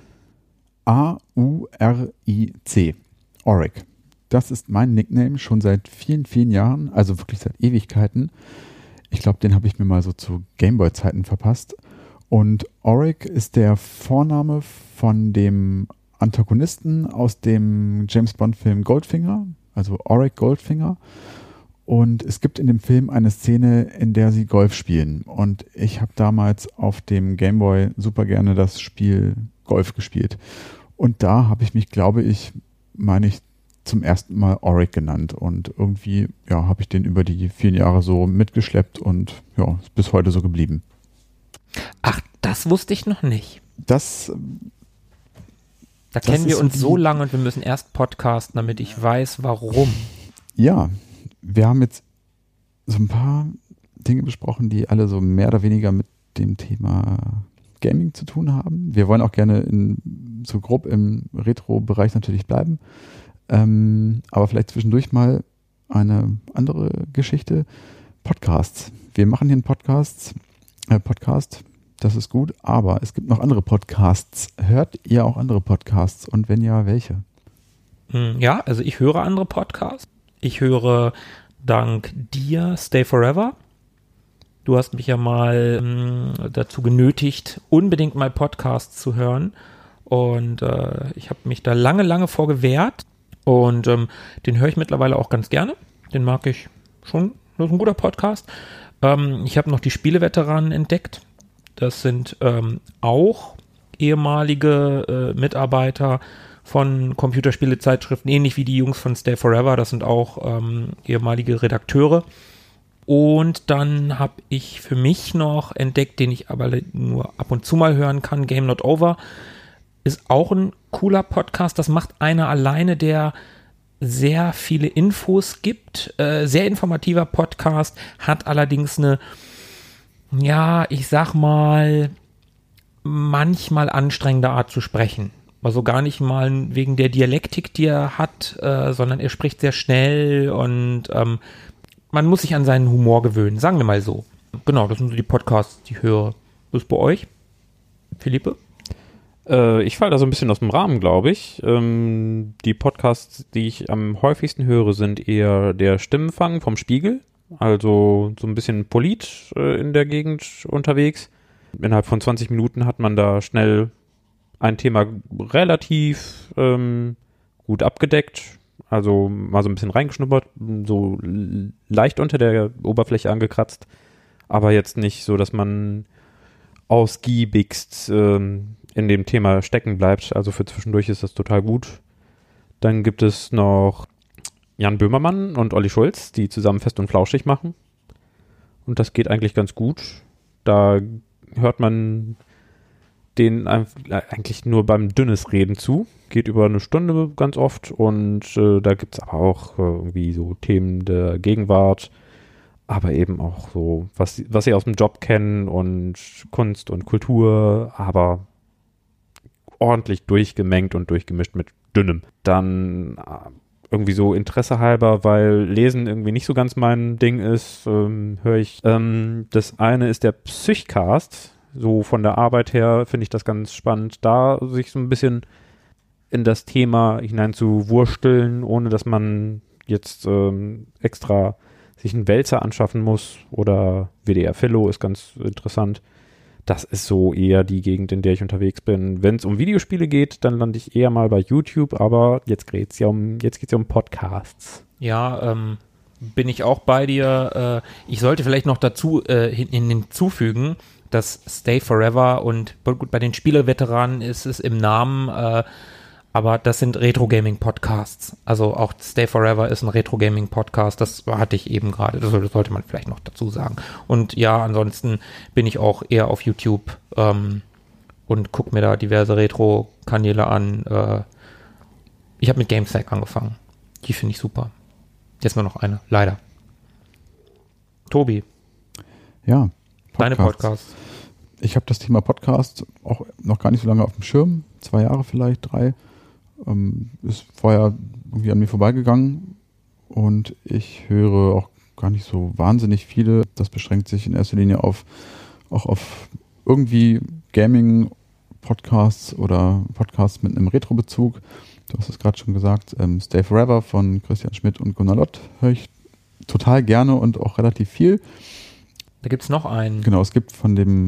AURIC. Auric. Das ist mein Nickname schon seit vielen, vielen Jahren. Also wirklich seit Ewigkeiten. Ich glaube, den habe ich mir mal so zu Gameboy-Zeiten verpasst. Und Auric ist der Vorname von dem Antagonisten aus dem James-Bond-Film Goldfinger, also Auric Goldfinger. Und es gibt in dem Film eine Szene, in der sie Golf spielen. Und ich habe damals auf dem Gameboy super gerne das Spiel Golf gespielt. Und da habe ich mich, meine ich, zum ersten Mal Auric genannt. Und irgendwie, ja, habe ich den über die vielen Jahre so mitgeschleppt und ja, ist bis heute so geblieben. Ach, das wusste ich noch nicht. Da kennen wir uns so lange und wir müssen erst podcasten, damit ich weiß, warum. Ja, wir haben jetzt so ein paar Dinge besprochen, die alle so mehr oder weniger mit dem Thema Gaming zu tun haben. Wir wollen auch gerne so grob im Retro-Bereich natürlich bleiben. Aber vielleicht zwischendurch mal eine andere Geschichte. Podcasts. Wir machen hier einen Podcast, das ist gut, aber es gibt noch andere Podcasts. Hört ihr auch andere Podcasts und wenn ja, welche? Ja, also ich höre andere Podcasts. Ich höre dank dir Stay Forever. Du hast mich ja mal dazu genötigt, unbedingt mal Podcasts zu hören. Und ich habe mich da lange vor gewehrt. Und den höre ich mittlerweile auch ganz gerne. Den mag ich schon. Das ist ein guter Podcast. Ich habe noch die Spieleveteranen entdeckt. Das sind auch ehemalige Mitarbeiter von Computerspielezeitschriften, ähnlich wie die Jungs von Stay Forever. Das sind auch ehemalige Redakteure. Und dann habe ich für mich noch entdeckt, den ich aber nur ab und zu mal hören kann, Game Not Over. Ist auch ein cooler Podcast. Das macht einer alleine, der sehr viele Infos gibt. Sehr informativer Podcast, hat allerdings eine, ja, ich sag mal, manchmal anstrengende Art zu sprechen. Also gar nicht mal wegen der Dialektik, die er hat, sondern er spricht sehr schnell und man muss sich an seinen Humor gewöhnen, sagen wir mal so. Genau, das sind so die Podcasts, die ich höre. Was ist bei euch? Philippe? Ich falle da so ein bisschen aus dem Rahmen, glaube ich. Die Podcasts, die ich am häufigsten höre, sind eher der Stimmenfang vom Spiegel. Also so ein bisschen polit in der Gegend unterwegs. Innerhalb von 20 Minuten hat man da schnell ein Thema relativ gut abgedeckt. Also mal so ein bisschen reingeschnuppert, so leicht unter der Oberfläche angekratzt. Aber jetzt nicht so, dass man ausgiebigst in dem Thema stecken bleibt. Also für zwischendurch ist das total gut. Dann gibt es noch Jan Böhmermann und Olli Schulz, die zusammen Fest und Flauschig machen. Und das geht eigentlich ganz gut. Da hört man denen eigentlich nur beim dünnes Reden zu. Geht über eine Stunde ganz oft. Und da gibt es aber auch irgendwie so Themen der Gegenwart, aber eben auch so, was sie aus dem Job kennen und Kunst und Kultur, aber ordentlich durchgemengt und durchgemischt mit dünnem. Dann irgendwie so Interesse halber, weil Lesen irgendwie nicht so ganz mein Ding ist, höre ich. Das eine ist der Psychcast. So von der Arbeit her finde ich das ganz spannend, da sich so ein bisschen in das Thema hinein zu wursteln, ohne dass man jetzt extra sich einen Wälzer anschaffen muss, oder WDR Philo ist ganz interessant. Das ist so eher die Gegend, in der ich unterwegs bin. Wenn es um Videospiele geht, dann lande ich eher mal bei YouTube, aber jetzt geht's ja um Podcasts. Ja, bin ich auch bei dir. Ich sollte vielleicht noch dazu hinzufügen, dass Stay Forever und gut, bei den Spieleveteranen ist es im Namen, aber das sind Retro-Gaming-Podcasts. Also auch Stay Forever ist ein Retro-Gaming-Podcast. Das hatte ich eben gerade. Das sollte man vielleicht noch dazu sagen. Und ja, ansonsten bin ich auch eher auf YouTube und gucke mir da diverse Retro-Kanäle an. Ich habe mit GameSack angefangen. Die finde ich super. Jetzt nur noch eine, leider. Tobi. Ja. Deine Podcasts. Ich habe das Thema Podcast auch noch gar nicht so lange auf dem Schirm. 2 Jahre vielleicht, 3. Ist vorher irgendwie an mir vorbeigegangen und ich höre auch gar nicht so wahnsinnig viele. Das beschränkt sich in erster Linie auch auf irgendwie Gaming-Podcasts oder Podcasts mit einem Retro-Bezug. Du hast es gerade schon gesagt, Stay Forever von Christian Schmidt und Gunnar Lott höre ich total gerne und auch relativ viel. Da gibt es noch einen. Genau, es gibt von dem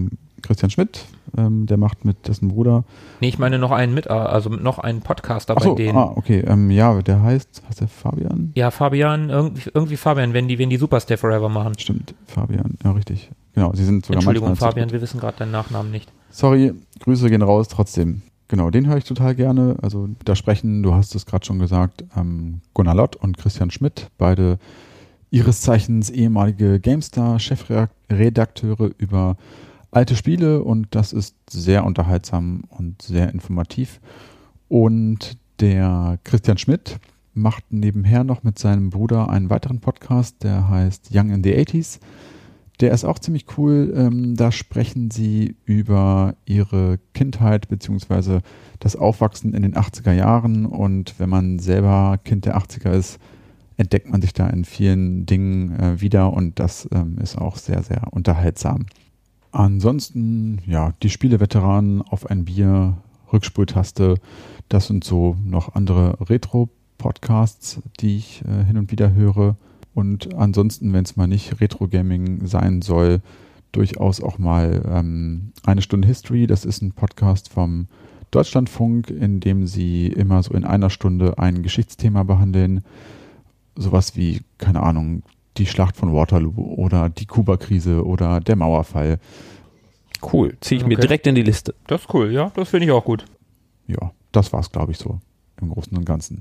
Christian Schmidt, der macht mit dessen Bruder. Nee, ich meine noch einen noch einen Podcaster bei denen. Okay, ja, der heißt der Fabian? Ja, Fabian, irgendwie Fabian, wenn die Superstay Forever machen. Stimmt, Fabian, ja, richtig. Genau, sie sind sogar Entschuldigung, manchmal Fabian, wir wissen gerade deinen Nachnamen nicht. Sorry, Grüße gehen raus, trotzdem. Genau, den höre ich total gerne. Also da sprechen, du hast es gerade schon gesagt, Gunnar Lott und Christian Schmidt, beide ihres Zeichens ehemalige GameStar-Chefredakteure über alte Spiele, und das ist sehr unterhaltsam und sehr informativ. Und der Christian Schmidt macht nebenher noch mit seinem Bruder einen weiteren Podcast, der heißt Young in the 80s. Der ist auch ziemlich cool. Da sprechen sie über ihre Kindheit bzw. das Aufwachsen in den 80er Jahren, und wenn man selber Kind der 80er ist, entdeckt man sich da in vielen Dingen wieder, und das ist auch sehr, sehr unterhaltsam. Ansonsten, ja, die Spieleveteranen, Auf ein Bier, Rückspultaste, das sind so noch andere Retro-Podcasts, die ich hin und wieder höre. Und ansonsten, wenn es mal nicht Retro-Gaming sein soll, durchaus auch mal eine Stunde History. Das ist ein Podcast vom Deutschlandfunk, in dem sie immer so in einer Stunde ein Geschichtsthema behandeln. Sowas wie, keine Ahnung, die Schlacht von Waterloo oder die Kuba-Krise oder der Mauerfall. Cool, ziehe ich mir direkt in die Liste. Das ist cool, ja, das finde ich auch gut. Ja, das war's, glaube ich, so im Großen und Ganzen.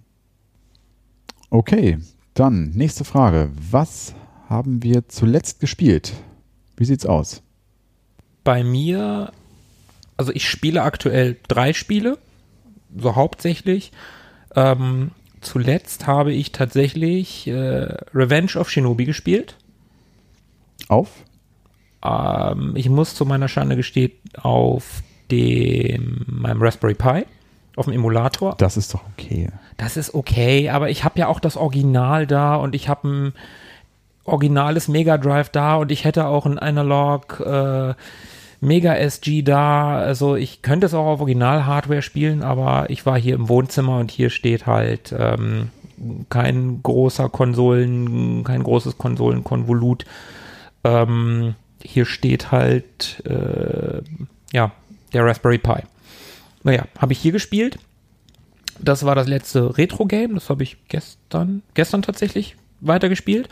Okay, dann nächste Frage. Was haben wir zuletzt gespielt? Wie sieht's aus? Bei mir, also ich spiele aktuell 3 Spiele, so hauptsächlich. Zuletzt habe ich tatsächlich Revenge of Shinobi gespielt. Auf? Ich muss zu meiner Schande gestehen, auf meinem Raspberry Pi, auf dem Emulator. Das ist doch okay. Das ist okay, aber ich habe ja auch das Original da, und ich habe ein originales Mega Drive da, und ich hätte auch ein Analog Mega SG da. Also ich könnte es auch auf Original-Hardware spielen, aber ich war hier im Wohnzimmer, und hier steht halt kein großes Konsolenkonvolut. Hier steht halt der Raspberry Pi. Naja, habe ich hier gespielt. Das war das letzte Retro-Game. Das habe ich gestern tatsächlich weitergespielt.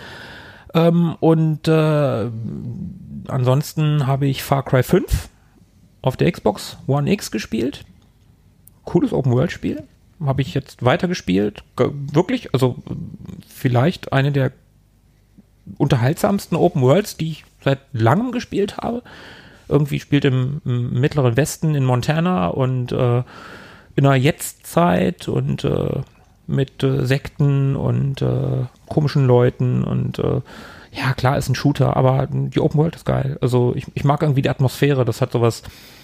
Ansonsten habe ich Far Cry 5 auf der Xbox One X gespielt. Cooles Open-World-Spiel. Habe ich jetzt weitergespielt. Wirklich, also vielleicht eine der unterhaltsamsten Open-Worlds, die ich seit langem gespielt habe. Irgendwie spielt im Mittleren Westen in Montana und in der Jetztzeit und mit Sekten und komischen Leuten und ja, klar, ist ein Shooter, aber die Open World ist geil. Also ich mag irgendwie die Atmosphäre, das hat sowas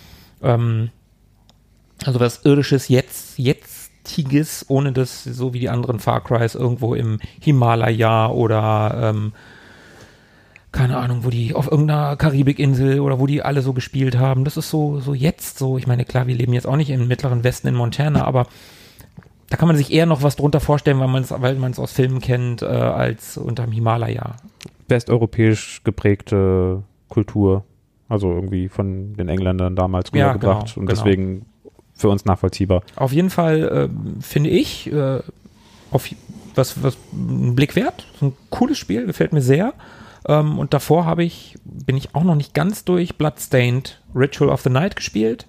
was irdisches, Jetztiges, ohne das, so wie die anderen Far Crys, irgendwo im Himalaya oder keine Ahnung, wo die auf irgendeiner Karibikinsel oder wo die alle so gespielt haben. Das ist so jetzt so. Ich meine, klar, wir leben jetzt auch nicht im Mittleren Westen in Montana, aber da kann man sich eher noch was drunter vorstellen, weil man es aus Filmen kennt, als unterm Himalaya. Westeuropäisch geprägte Kultur, also irgendwie von den Engländern damals rübergebracht und deswegen für uns nachvollziehbar. Auf jeden Fall finde ich was ein Blick wert. So ein cooles Spiel, gefällt mir sehr. Und davor bin ich auch noch nicht ganz durch Bloodstained Ritual of the Night gespielt.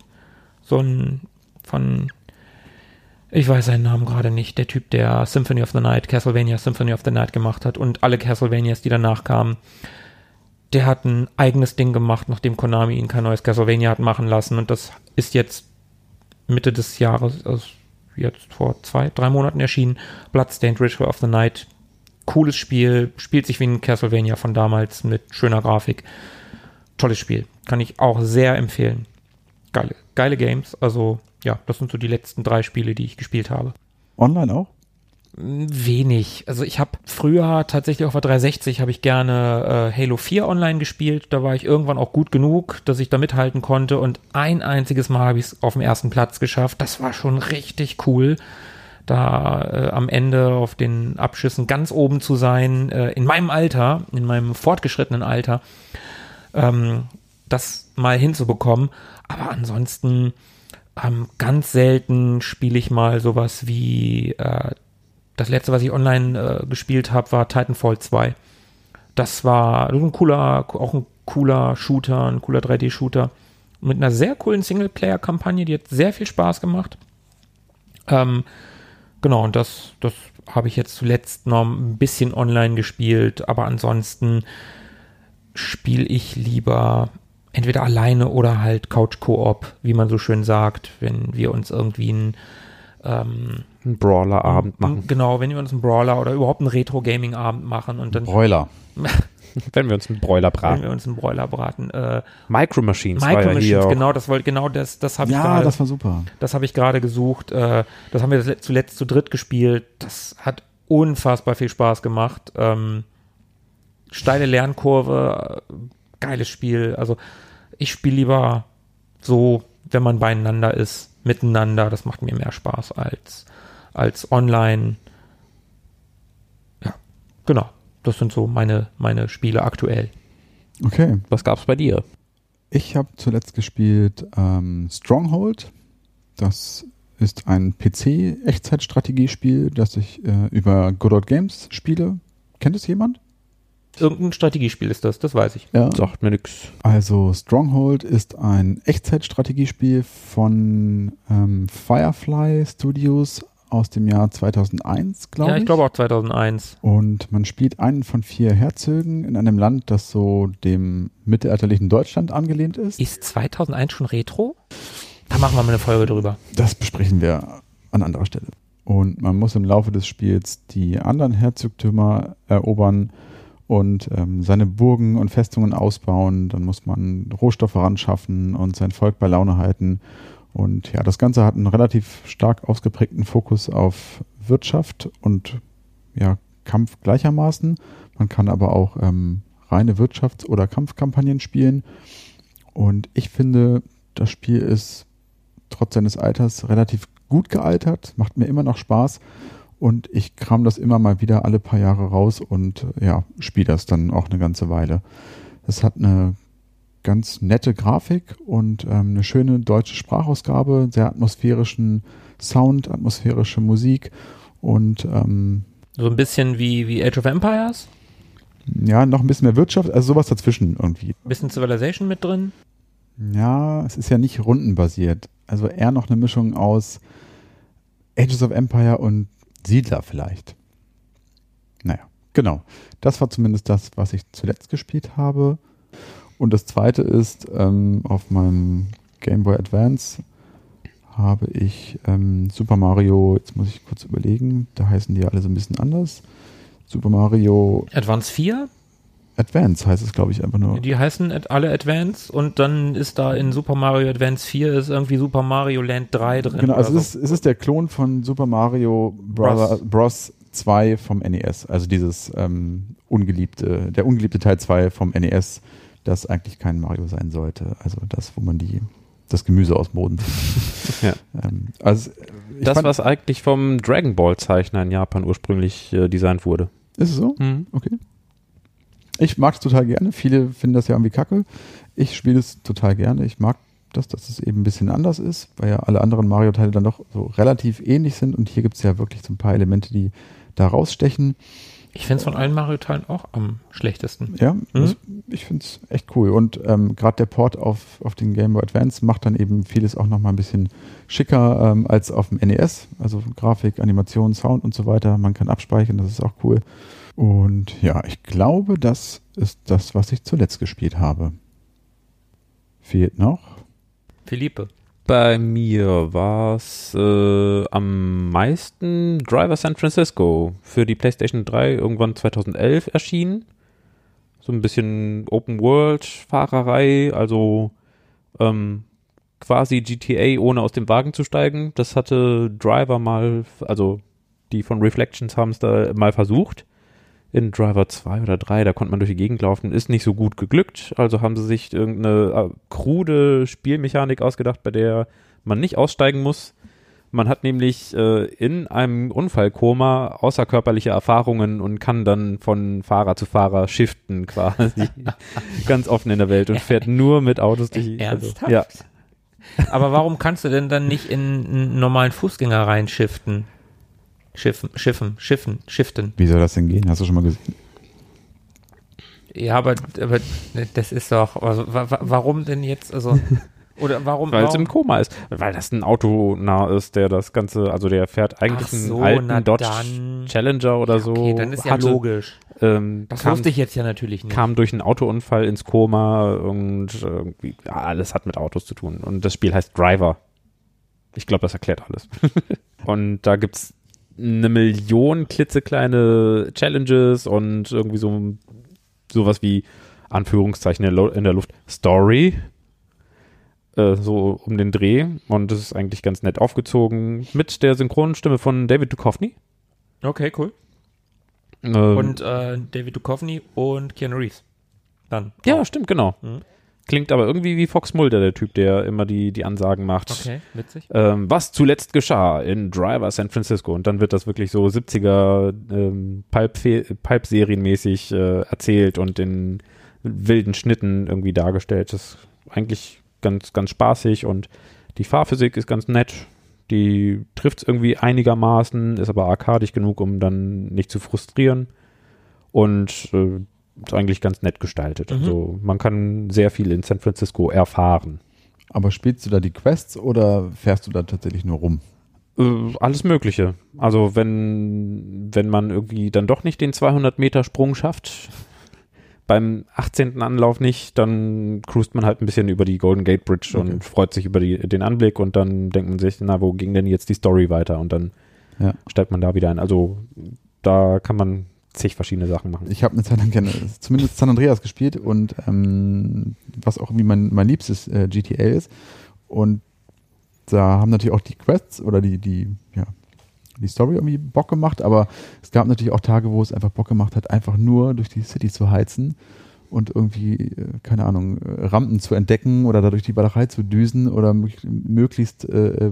Ich weiß seinen Namen gerade nicht, der Typ, der Symphony of the Night, Castlevania Symphony of the Night gemacht hat und alle Castlevanias, die danach kamen. Der hat ein eigenes Ding gemacht, nachdem Konami ihn kein neues Castlevania hat machen lassen, und das ist jetzt Mitte des Jahres, also jetzt vor 2-3 Monaten erschienen, Bloodstained Ritual of the Night. Cooles Spiel, spielt sich wie ein Castlevania von damals mit schöner Grafik. Tolles Spiel, kann ich auch sehr empfehlen. Geile Games, also ja, das sind so die letzten 3 Spiele, die ich gespielt habe. Online auch? Wenig. Also ich habe früher tatsächlich auf der 360 habe ich gerne Halo 4 online gespielt. Da war ich irgendwann auch gut genug, dass ich da mithalten konnte, und ein einziges Mal habe ich es auf dem ersten Platz geschafft. Das war schon richtig cool, da am Ende auf den Abschüssen ganz oben zu sein, in meinem Alter, in meinem fortgeschrittenen Alter. Das mal hinzubekommen. Aber ansonsten ganz selten spiele ich mal sowas wie das letzte, was ich online gespielt habe, war Titanfall 2. Das war ein cooler Shooter, ein cooler 3D-Shooter mit einer sehr coolen Singleplayer-Kampagne, die hat sehr viel Spaß gemacht. Genau, und das habe ich jetzt zuletzt noch ein bisschen online gespielt, aber ansonsten spiele ich lieber entweder alleine oder halt Couch-Koop, wie man so schön sagt, wenn wir uns irgendwie einen Brawler-Abend machen. Genau, wenn wir uns einen Brawler oder überhaupt einen Retro-Gaming-Abend machen und dann Broiler. Wenn wir uns einen Broiler wenn wir uns einen Broiler braten. Micro Machines Micro war ja Machines, hier genau, das habe ich Ja, gerade. das war super. Das habe ich gerade gesucht. Das haben wir zuletzt zu dritt gespielt. Das hat unfassbar viel Spaß gemacht. Steile Lernkurve, geiles Spiel. Also ich spiele lieber so, wenn man beieinander ist, miteinander. Das macht mir mehr Spaß als online. Ja, genau. Das sind so meine Spiele aktuell. Okay. Was gab's bei dir? Ich habe zuletzt gespielt Stronghold. Das ist ein PC-Echtzeitstrategiespiel, das ich über Good Old Games spiele. Kennt es jemand? Irgendein Strategiespiel ist das weiß ich. Ja. Sagt mir nix. Also Stronghold ist ein Echtzeitstrategiespiel von Firefly Studios aus dem Jahr 2001, glaube ich. Ja, ich glaube auch 2001. Und man spielt einen von 4 Herzögen in einem Land, das so dem mittelalterlichen Deutschland angelehnt ist. Ist 2001 schon Retro? Da machen wir mal eine Folge drüber. Das besprechen wir an anderer Stelle. Und man muss im Laufe des Spiels die anderen Herzogtümer erobern und seine Burgen und Festungen ausbauen. Dann muss man Rohstoffe ranschaffen und sein Volk bei Laune halten. Und ja, das Ganze hat einen relativ stark ausgeprägten Fokus auf Wirtschaft und ja, Kampf gleichermaßen. Man kann aber auch reine Wirtschafts- oder Kampfkampagnen spielen. Und ich finde, das Spiel ist trotz seines Alters relativ gut gealtert, macht mir immer noch Spaß. Und ich kram das immer mal wieder alle paar Jahre raus und ja, spiele das dann auch eine ganze Weile. Es hat eine ganz nette Grafik und eine schöne deutsche Sprachausgabe, sehr atmosphärischen Sound, atmosphärische Musik und So ein bisschen wie Age of Empires? ja, noch ein bisschen mehr Wirtschaft, also sowas dazwischen irgendwie. Bisschen Civilization mit drin? Ja, es ist ja nicht rundenbasiert, also eher noch eine Mischung aus Ages of Empire und Siedler vielleicht. Naja, genau. Das war zumindest das, was ich zuletzt gespielt habe. Und das zweite ist, auf meinem Game Boy Advance habe ich Super Mario, jetzt muss ich kurz überlegen, da heißen die alle so ein bisschen anders. Super Mario Advance 4? Advance heißt es, glaube ich, einfach nur. Die heißen alle Advance und dann ist da in Super Mario Advance 4 ist irgendwie Super Mario Land 3 drin. Genau, also oder es ist der Klon von Super Mario Bros. 2 vom NES, also dieses der ungeliebte Teil 2 vom NES, das eigentlich kein Mario sein sollte. Also das, wo man das Gemüse aus dem Boden zieht. Ja. Also Was eigentlich vom Dragon Ball Zeichner in Japan ursprünglich designt wurde. Ist es so? Mhm. Okay. Ich mag es total gerne. Viele finden das ja irgendwie kacke. Ich spiele es total gerne. Ich mag das, dass es eben ein bisschen anders ist, weil ja alle anderen Mario-Teile dann doch so relativ ähnlich sind. Und hier gibt es ja wirklich so ein paar Elemente, die da rausstechen. Ich finde es von allen Mario-Teilen auch am schlechtesten. Ja, ich finde es echt cool. Und gerade der Port auf den Game Boy Advance macht dann eben vieles auch nochmal ein bisschen schicker als auf dem NES. Also Grafik, Animation, Sound und so weiter. Man kann abspeichern, das ist auch cool. Und ja, ich glaube, das ist das, was ich zuletzt gespielt habe. Fehlt noch? Philippe. Bei mir war es am meisten Driver San Francisco für die PlayStation 3 irgendwann 2011 erschienen. So ein bisschen Open-World-Fahrerei, also quasi GTA ohne aus dem Wagen zu steigen. Das hatte Driver mal, also die von Reflections haben es da mal versucht. In Driver 2 oder 3, da konnte man durch die Gegend laufen, ist nicht so gut geglückt, also haben sie sich irgendeine krude Spielmechanik ausgedacht, bei der man nicht aussteigen muss, Man hat nämlich in einem Unfallkoma außerkörperliche Erfahrungen und kann dann von Fahrer zu Fahrer shiften quasi. Ganz offen in der Welt und fährt nur mit Autos durch. Ernsthaft? Ja. Aber warum kannst du denn dann nicht in einen normalen Fußgänger reinschiften? Shiften. Wie soll das denn gehen? Hast du schon mal gesehen? Ja, aber das ist doch, also warum denn jetzt, also, oder warum? Weil es im Koma ist. Weil das ein Auto nah ist, der das Ganze, also der fährt eigentlich einen alten Dodge Challenger oder so. Okay, dann ist ja logisch. Das wusste ich jetzt ja natürlich nicht. Kam durch einen Autounfall ins Koma und alles hat mit Autos zu tun. Und das Spiel heißt Driver. Ich glaube, das erklärt alles. Und da gibt's 1 Million klitzekleine Challenges und irgendwie sowas wie Anführungszeichen in der Luft Story. So um den Dreh. Und das ist eigentlich ganz nett aufgezogen mit der Synchronstimme von David Duchovny. Okay, cool. Und David Duchovny und Keanu Reeves. Dann. Ja, stimmt, genau. Mhm. Klingt aber irgendwie wie Fox Mulder, der Typ, der immer die Ansagen macht. Okay, witzig. Was zuletzt geschah in Driver San Francisco. Und dann wird das wirklich so 70er Pulp-Serienmäßig erzählt und in wilden Schnitten irgendwie dargestellt. Das ist eigentlich ganz, ganz spaßig und die Fahrphysik ist ganz nett. Die trifft es irgendwie einigermaßen, ist aber arcadisch genug, um dann nicht zu frustrieren. Und ist eigentlich ganz nett gestaltet. Also man kann sehr viel in San Francisco erfahren. Aber spielst du da die Quests oder fährst du da tatsächlich nur rum? Alles Mögliche. Also wenn man irgendwie dann doch nicht den 200-Meter-Sprung schafft, beim 18. Anlauf nicht, dann cruist man halt ein bisschen über die Golden Gate Bridge und freut sich über den Anblick und dann denkt man sich, na, wo ging denn jetzt die Story weiter? Und dann steigt man da wieder ein. Also da kann man zig verschiedene Sachen machen. Ich habe eine Zeit lang gerne zumindest San Andreas gespielt und was auch irgendwie mein liebstes GTA ist. Und da haben natürlich auch die Quests oder die Story irgendwie Bock gemacht, aber es gab natürlich auch Tage, wo es einfach Bock gemacht hat, einfach nur durch die City zu heizen und irgendwie, keine Ahnung, Rampen zu entdecken oder dadurch die Walachei zu düsen oder möglichst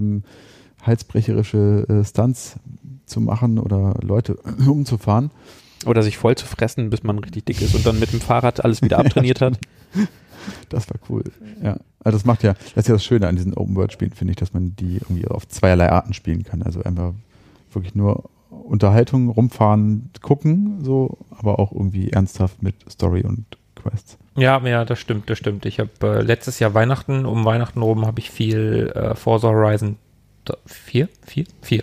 halsbrecherische Stunts zu machen oder Leute umzufahren. Oder sich voll zu fressen, bis man richtig dick ist und dann mit dem Fahrrad alles wieder abtrainiert hat. Das war cool. Ja, also das ist ja das Schöne an diesen Open-World-Spielen, finde ich, dass man die irgendwie auf zweierlei Arten spielen kann. Also einfach wirklich nur Unterhaltung, rumfahren, gucken, so, aber auch irgendwie ernsthaft mit Story und Quests. Ja, das stimmt. Ich habe letztes Jahr um Weihnachten rum habe ich viel Forza Horizon 4? Ist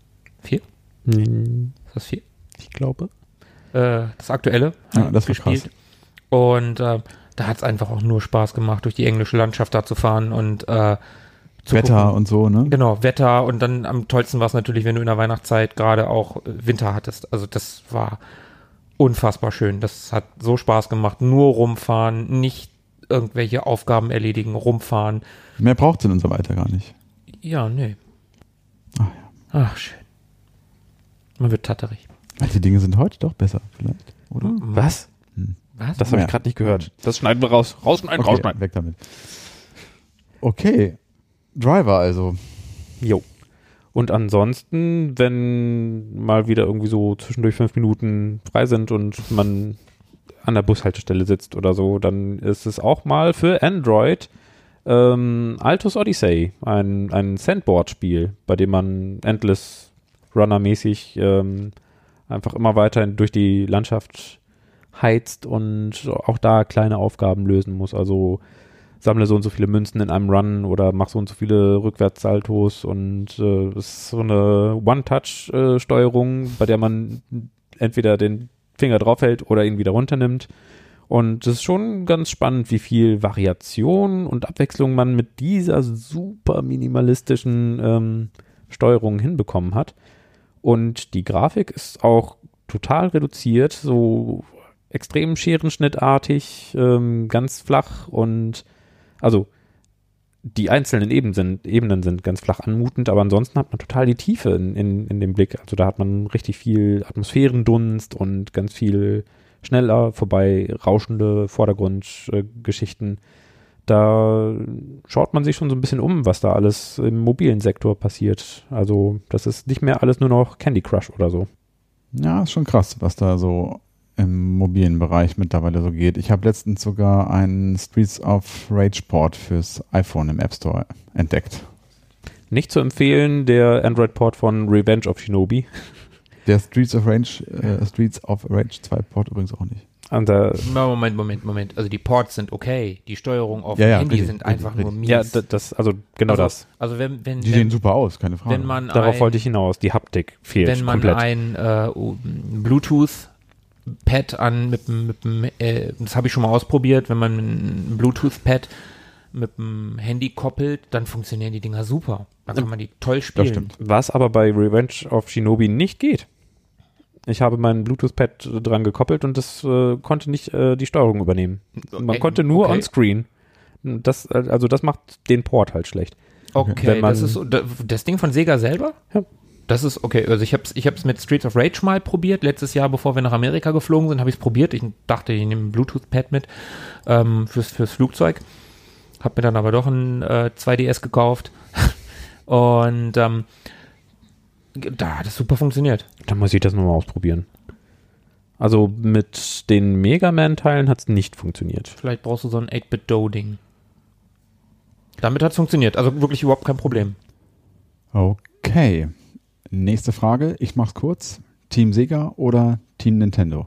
das 4? Ich glaube. Das aktuelle das gespielt. Krass. Und da hat es einfach auch nur Spaß gemacht, durch die englische Landschaft da zu fahren und Wetter gucken. Und so, ne? Genau, Wetter und dann am tollsten war es natürlich, wenn du in der Weihnachtszeit gerade auch Winter hattest. Also das war unfassbar schön. Das hat so Spaß gemacht. Nur rumfahren, nicht irgendwelche Aufgaben erledigen, rumfahren. Mehr braucht es in unserem Alter gar nicht. Ja, nee. Ach ja. Ach, schön. Man wird tatterig. Die Dinge sind heute doch besser, vielleicht, oder? Was? Was? Das habe ich gerade nicht gehört. Das schneiden wir raus. Rausschneiden, okay, rausschneiden. Weg damit. Okay. Driver also. Jo. Und ansonsten, wenn mal wieder irgendwie so zwischendurch 5 Minuten frei sind und man an der Bushaltestelle sitzt oder so, dann ist es auch mal für Android Altus Odyssey, ein Sandboard-Spiel, bei dem man Endless Runner-mäßig einfach immer weiter durch die Landschaft heizt und auch da kleine Aufgaben lösen muss. Also sammle so und so viele Münzen in einem Run oder mach so und so viele Rückwärtssaltos und es ist so eine One-Touch-Steuerung, bei der man entweder den Finger draufhält oder ihn wieder runternimmt. Und es ist schon ganz spannend, wie viel Variation und Abwechslung man mit dieser super minimalistischen Steuerung hinbekommen hat. Und die Grafik ist auch total reduziert, so extrem scherenschnittartig, ganz flach und also die einzelnen Ebenen sind ganz flach anmutend, aber ansonsten hat man total die Tiefe in dem Blick. Also da hat man richtig viel Atmosphärendunst und ganz viel schneller vorbei rauschende Vordergrundgeschichten. da schaut man sich schon so ein bisschen um, was da alles im mobilen Sektor passiert. Also das ist nicht mehr alles nur noch Candy Crush oder so. Ja, ist schon krass, was da so im mobilen Bereich mittlerweile so geht. Ich habe letztens sogar einen Streets of Rage Port fürs iPhone im App Store entdeckt. Nicht zu empfehlen, der Android-Port von Revenge of Shinobi. Der Streets of Rage 2 Port übrigens auch nicht. Moment. Also die Ports sind okay. Die Steuerung auf dem Handy richtig, sind einfach richtig. nur mies. Ja, das. Also wenn Die sehen super aus, keine Frage. wenn man Darauf wollte ich hinaus. Die Haptik fehlt wenn man komplett. ein Bluetooth-Pad das habe ich schon mal ausprobiert, wenn man ein Bluetooth-Pad mit dem Handy koppelt, dann funktionieren die Dinger super. Dann kann man die toll spielen. Das stimmt. Was aber bei Revenge of Shinobi nicht geht. Ich habe mein Bluetooth-Pad dran gekoppelt und das konnte nicht die Steuerung übernehmen. Man konnte nur on-screen. Das macht den Port halt schlecht. Okay, Wenn man- das ist das Ding von Sega selber? Ja. Das ist okay. Also ich hab's mit Streets of Rage mal probiert. Letztes Jahr, bevor wir nach Amerika geflogen sind, habe ich es probiert. Ich dachte, ich nehme ein Bluetooth-Pad mit fürs Flugzeug. Hab mir dann aber doch ein 2DS gekauft. Und da hat es super funktioniert. Dann muss ich das nochmal ausprobieren. Also mit den Mega Man-Teilen hat es nicht funktioniert. Vielleicht brauchst du so ein 8-Bit-Do-Ding. Damit hat es funktioniert. Also wirklich überhaupt kein Problem. Okay. Nächste Frage. Ich mach's kurz. Team Sega oder Team Nintendo?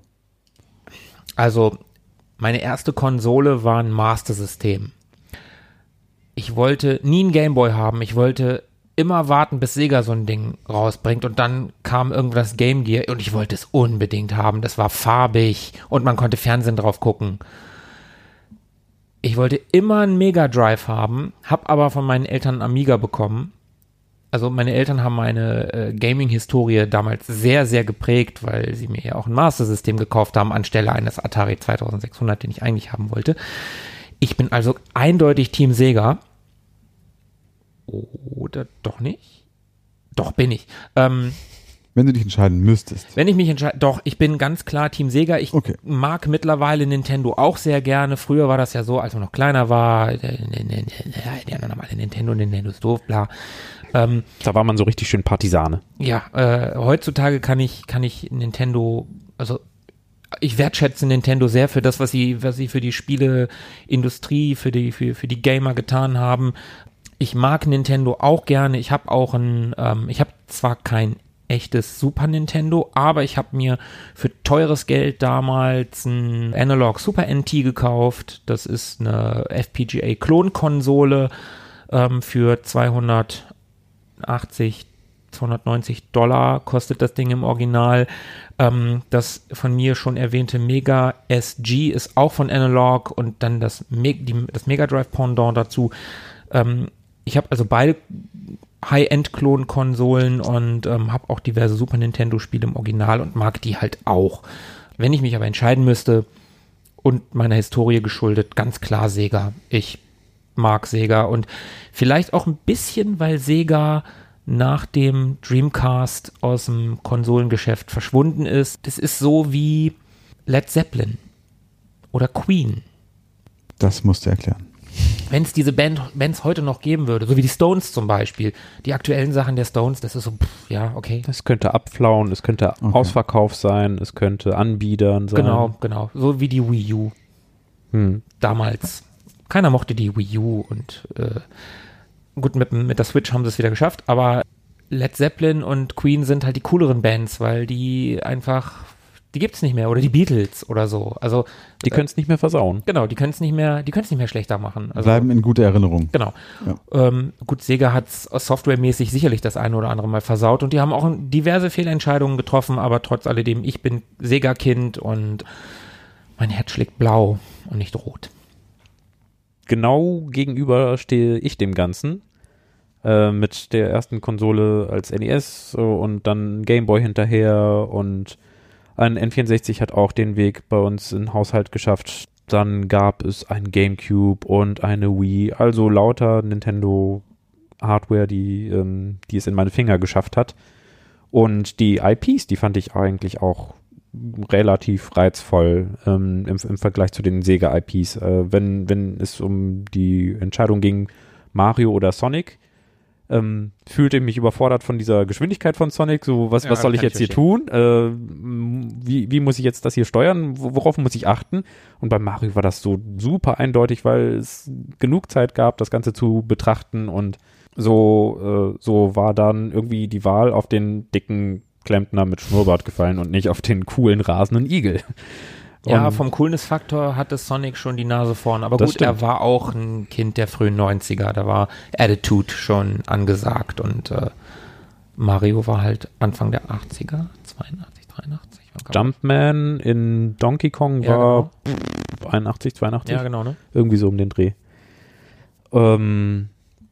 Also, meine erste Konsole war ein Master-System. Ich wollte nie einen Gameboy haben. Ich wollte immer warten, bis Sega so ein Ding rausbringt. Und dann kam irgendwas Game Gear und ich wollte es unbedingt haben. Das war farbig und man konnte Fernsehen drauf gucken. Ich wollte immer einen Mega Drive haben, habe aber von meinen Eltern einen Amiga bekommen. Also meine Eltern haben meine Gaming-Historie damals sehr, sehr geprägt, weil sie mir ja auch ein Master-System gekauft haben, anstelle eines Atari 2600, den ich eigentlich haben wollte. Ich bin also eindeutig Team Sega. Oder doch nicht? Doch, bin ich. Wenn du dich entscheiden müsstest. Wenn ich mich entscheide, doch, ich bin ganz klar Team Sega. Ich mag mittlerweile Nintendo auch sehr gerne. Früher war das ja so, als man noch kleiner war, der normale Nintendo ist doof, bla. Da war man so richtig schön Partisane. Ja, heutzutage kann ich Nintendo, also ich wertschätze Nintendo sehr für das, was sie für die Spieleindustrie, für die Gamer getan haben. Ich mag Nintendo auch gerne. Ich habe auch ich habe zwar kein echtes Super Nintendo, aber ich habe mir für teures Geld damals ein Analog Super NT gekauft. Das ist eine FPGA-Klonkonsole für $290 kostet das Ding im Original. Das von mir schon erwähnte Mega SG ist auch von Analog und dann das Mega Drive Pendant dazu. Ich habe also beide High-End-Klon-Konsolen und habe auch diverse Super Nintendo-Spiele im Original und mag die halt auch. Wenn ich mich aber entscheiden müsste und meiner Historie geschuldet, ganz klar Sega. Ich mag Sega und vielleicht auch ein bisschen, weil Sega nach dem Dreamcast aus dem Konsolengeschäft verschwunden ist. Das ist so wie Led Zeppelin oder Queen. Das musst du erklären. Wenn es diese Bands heute noch geben würde, so wie die Stones zum Beispiel, die aktuellen Sachen der Stones, das ist so, ja, okay. Es könnte abflauen, es könnte Ausverkauf sein, es könnte Anbietern sein. Genau. So wie die Wii U. Damals. Keiner mochte die Wii U und gut, mit der Switch haben sie es wieder geschafft, aber Led Zeppelin und Queen sind halt die cooleren Bands, weil die gibt's nicht mehr, oder die Beatles oder so. Also Die können es nicht mehr versauen. genau, die können es nicht mehr schlechter machen. Also, Bleiben in guter Erinnerung. Genau. Ja. Gut, Sega hat softwaremäßig sicherlich das eine oder andere Mal versaut und die haben auch diverse Fehlentscheidungen getroffen, aber trotz alledem, ich bin Sega-Kind und mein Herz schlägt blau und nicht rot. Genau gegenüber stehe ich dem Ganzen. Mit der ersten Konsole als NES und dann Game Boy hinterher und ein N64 hat auch den Weg bei uns in den Haushalt geschafft. Dann gab es ein GameCube und eine Wii, also lauter Nintendo-Hardware, die es in meine Finger geschafft hat. Und die IPs, die fand ich eigentlich auch relativ reizvoll im Vergleich zu den Sega-IPs. Wenn es um die Entscheidung ging, Mario oder Sonic, fühlte ich mich überfordert von dieser Geschwindigkeit von Sonic. So, was soll ich jetzt hier tun? Wie muss ich jetzt das hier steuern? Worauf muss ich achten? Und bei Mario war das so super eindeutig, weil es genug Zeit gab, das Ganze zu betrachten, und so war dann irgendwie die Wahl auf den dicken Klempner mit Schnurrbart gefallen und nicht auf den coolen rasenden Igel. Ja, vom Coolness-Faktor hatte Sonic schon die Nase vorn, aber gut, stimmt. Er war auch ein Kind der frühen 90er, da war Attitude schon angesagt, und Mario war halt Anfang der 80er, 82, 83. Jumpman in Donkey Kong war 81, 82. Ja, genau, ne? Irgendwie so um den Dreh. Und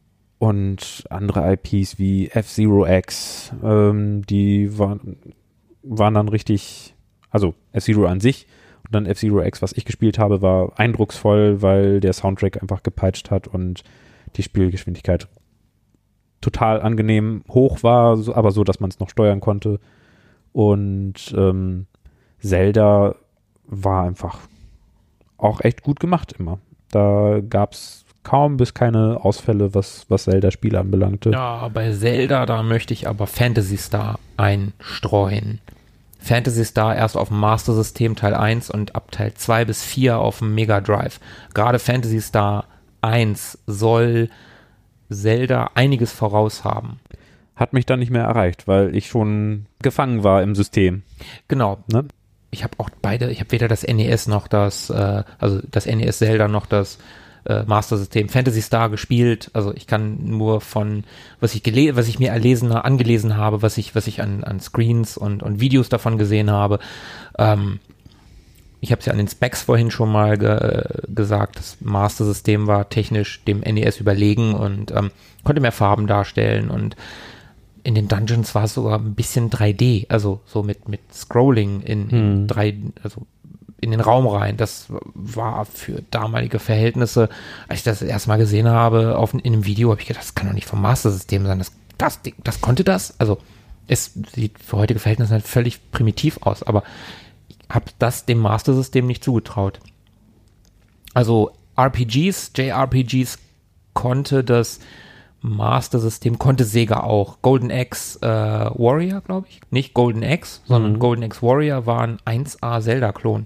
andere IPs wie F-Zero X, die waren dann richtig, also F-Zero an sich und dann F-Zero X, was ich gespielt habe, war eindrucksvoll, weil der Soundtrack einfach gepeitscht hat und die Spielgeschwindigkeit total angenehm hoch war, aber so, dass man es noch steuern konnte. Und Zelda war einfach auch echt gut gemacht immer. Da gab es kaum bis keine Ausfälle, was Zelda-Spiele anbelangte. Ja, bei Zelda, da möchte ich aber Phantasy Star einstreuen. Phantasy Star erst auf dem Master System Teil 1 und ab Teil 2 bis 4 auf dem Mega Drive. Gerade Phantasy Star 1 soll Zelda einiges voraus haben. Hat mich dann nicht mehr erreicht, weil ich schon gefangen war im System. Genau. Ne? Ich habe auch beide, ich habe weder das NES noch das NES Zelda noch das Master System Phantasy Star gespielt. Also ich kann nur von, was ich mir angelesen habe, was ich an Screens und Videos davon gesehen habe. Ich habe es ja an den Specs vorhin schon mal gesagt, das Master System war technisch dem NES überlegen und konnte mehr Farben darstellen, und in den Dungeons war es sogar ein bisschen 3D, also so mit Scrolling in den Raum rein. Das war für damalige Verhältnisse, als ich das erstmal gesehen habe in einem Video, habe ich gedacht, das kann doch nicht vom Master System sein. Das konnte das? Also es sieht für heutige Verhältnisse halt völlig primitiv aus, aber ich habe das dem Master System nicht zugetraut. Also JRPGs konnte das Master System, konnte Sega auch. Golden Axe Warrior, glaube ich. Nicht Golden Axe, sondern Golden Axe Warrior war ein 1A Zelda-Klon.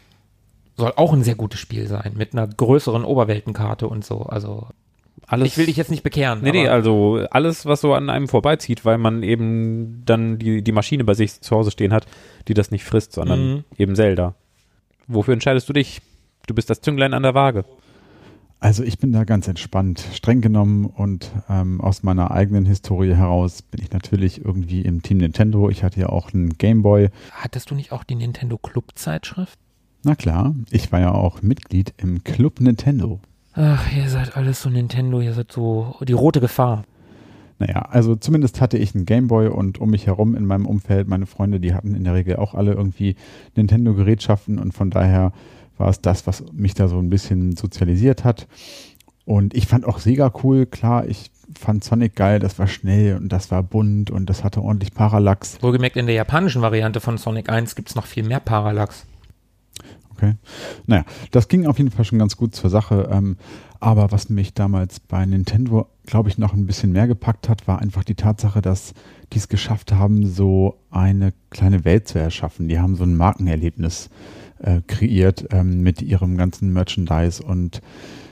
Soll auch ein sehr gutes Spiel sein, mit einer größeren Oberweltenkarte und so. Also alles, ich will dich jetzt nicht bekehren. Nee, also alles, was so an einem vorbeizieht, weil man eben dann die Maschine bei sich zu Hause stehen hat, die das nicht frisst, sondern eben Zelda. Wofür entscheidest du dich? Du bist das Zünglein an der Waage. Also ich bin da ganz entspannt, streng genommen, und aus meiner eigenen Historie heraus bin ich natürlich irgendwie im Team Nintendo. Ich hatte ja auch einen Gameboy. Hattest du nicht auch die Nintendo Club Zeitschrift? Na klar, ich war ja auch Mitglied im Club Nintendo. Ach, ihr seid alles so Nintendo, ihr seid so die rote Gefahr. Naja, also zumindest hatte ich einen Gameboy, und um mich herum in meinem Umfeld, meine Freunde, die hatten in der Regel auch alle irgendwie Nintendo-Gerätschaften, und von daher war es das, was mich da so ein bisschen sozialisiert hat. Und ich fand auch Sega cool, klar, ich fand Sonic geil, das war schnell und das war bunt und das hatte ordentlich Parallax. Wohlgemerkt, in der japanischen Variante von Sonic 1 gibt es noch viel mehr Parallax. Okay. Naja, das ging auf jeden Fall schon ganz gut zur Sache. Aber was mich damals bei Nintendo, glaube ich, noch ein bisschen mehr gepackt hat, war einfach die Tatsache, dass die es geschafft haben, so eine kleine Welt zu erschaffen. Die haben so ein Markenerlebnis kreiert mit ihrem ganzen Merchandise und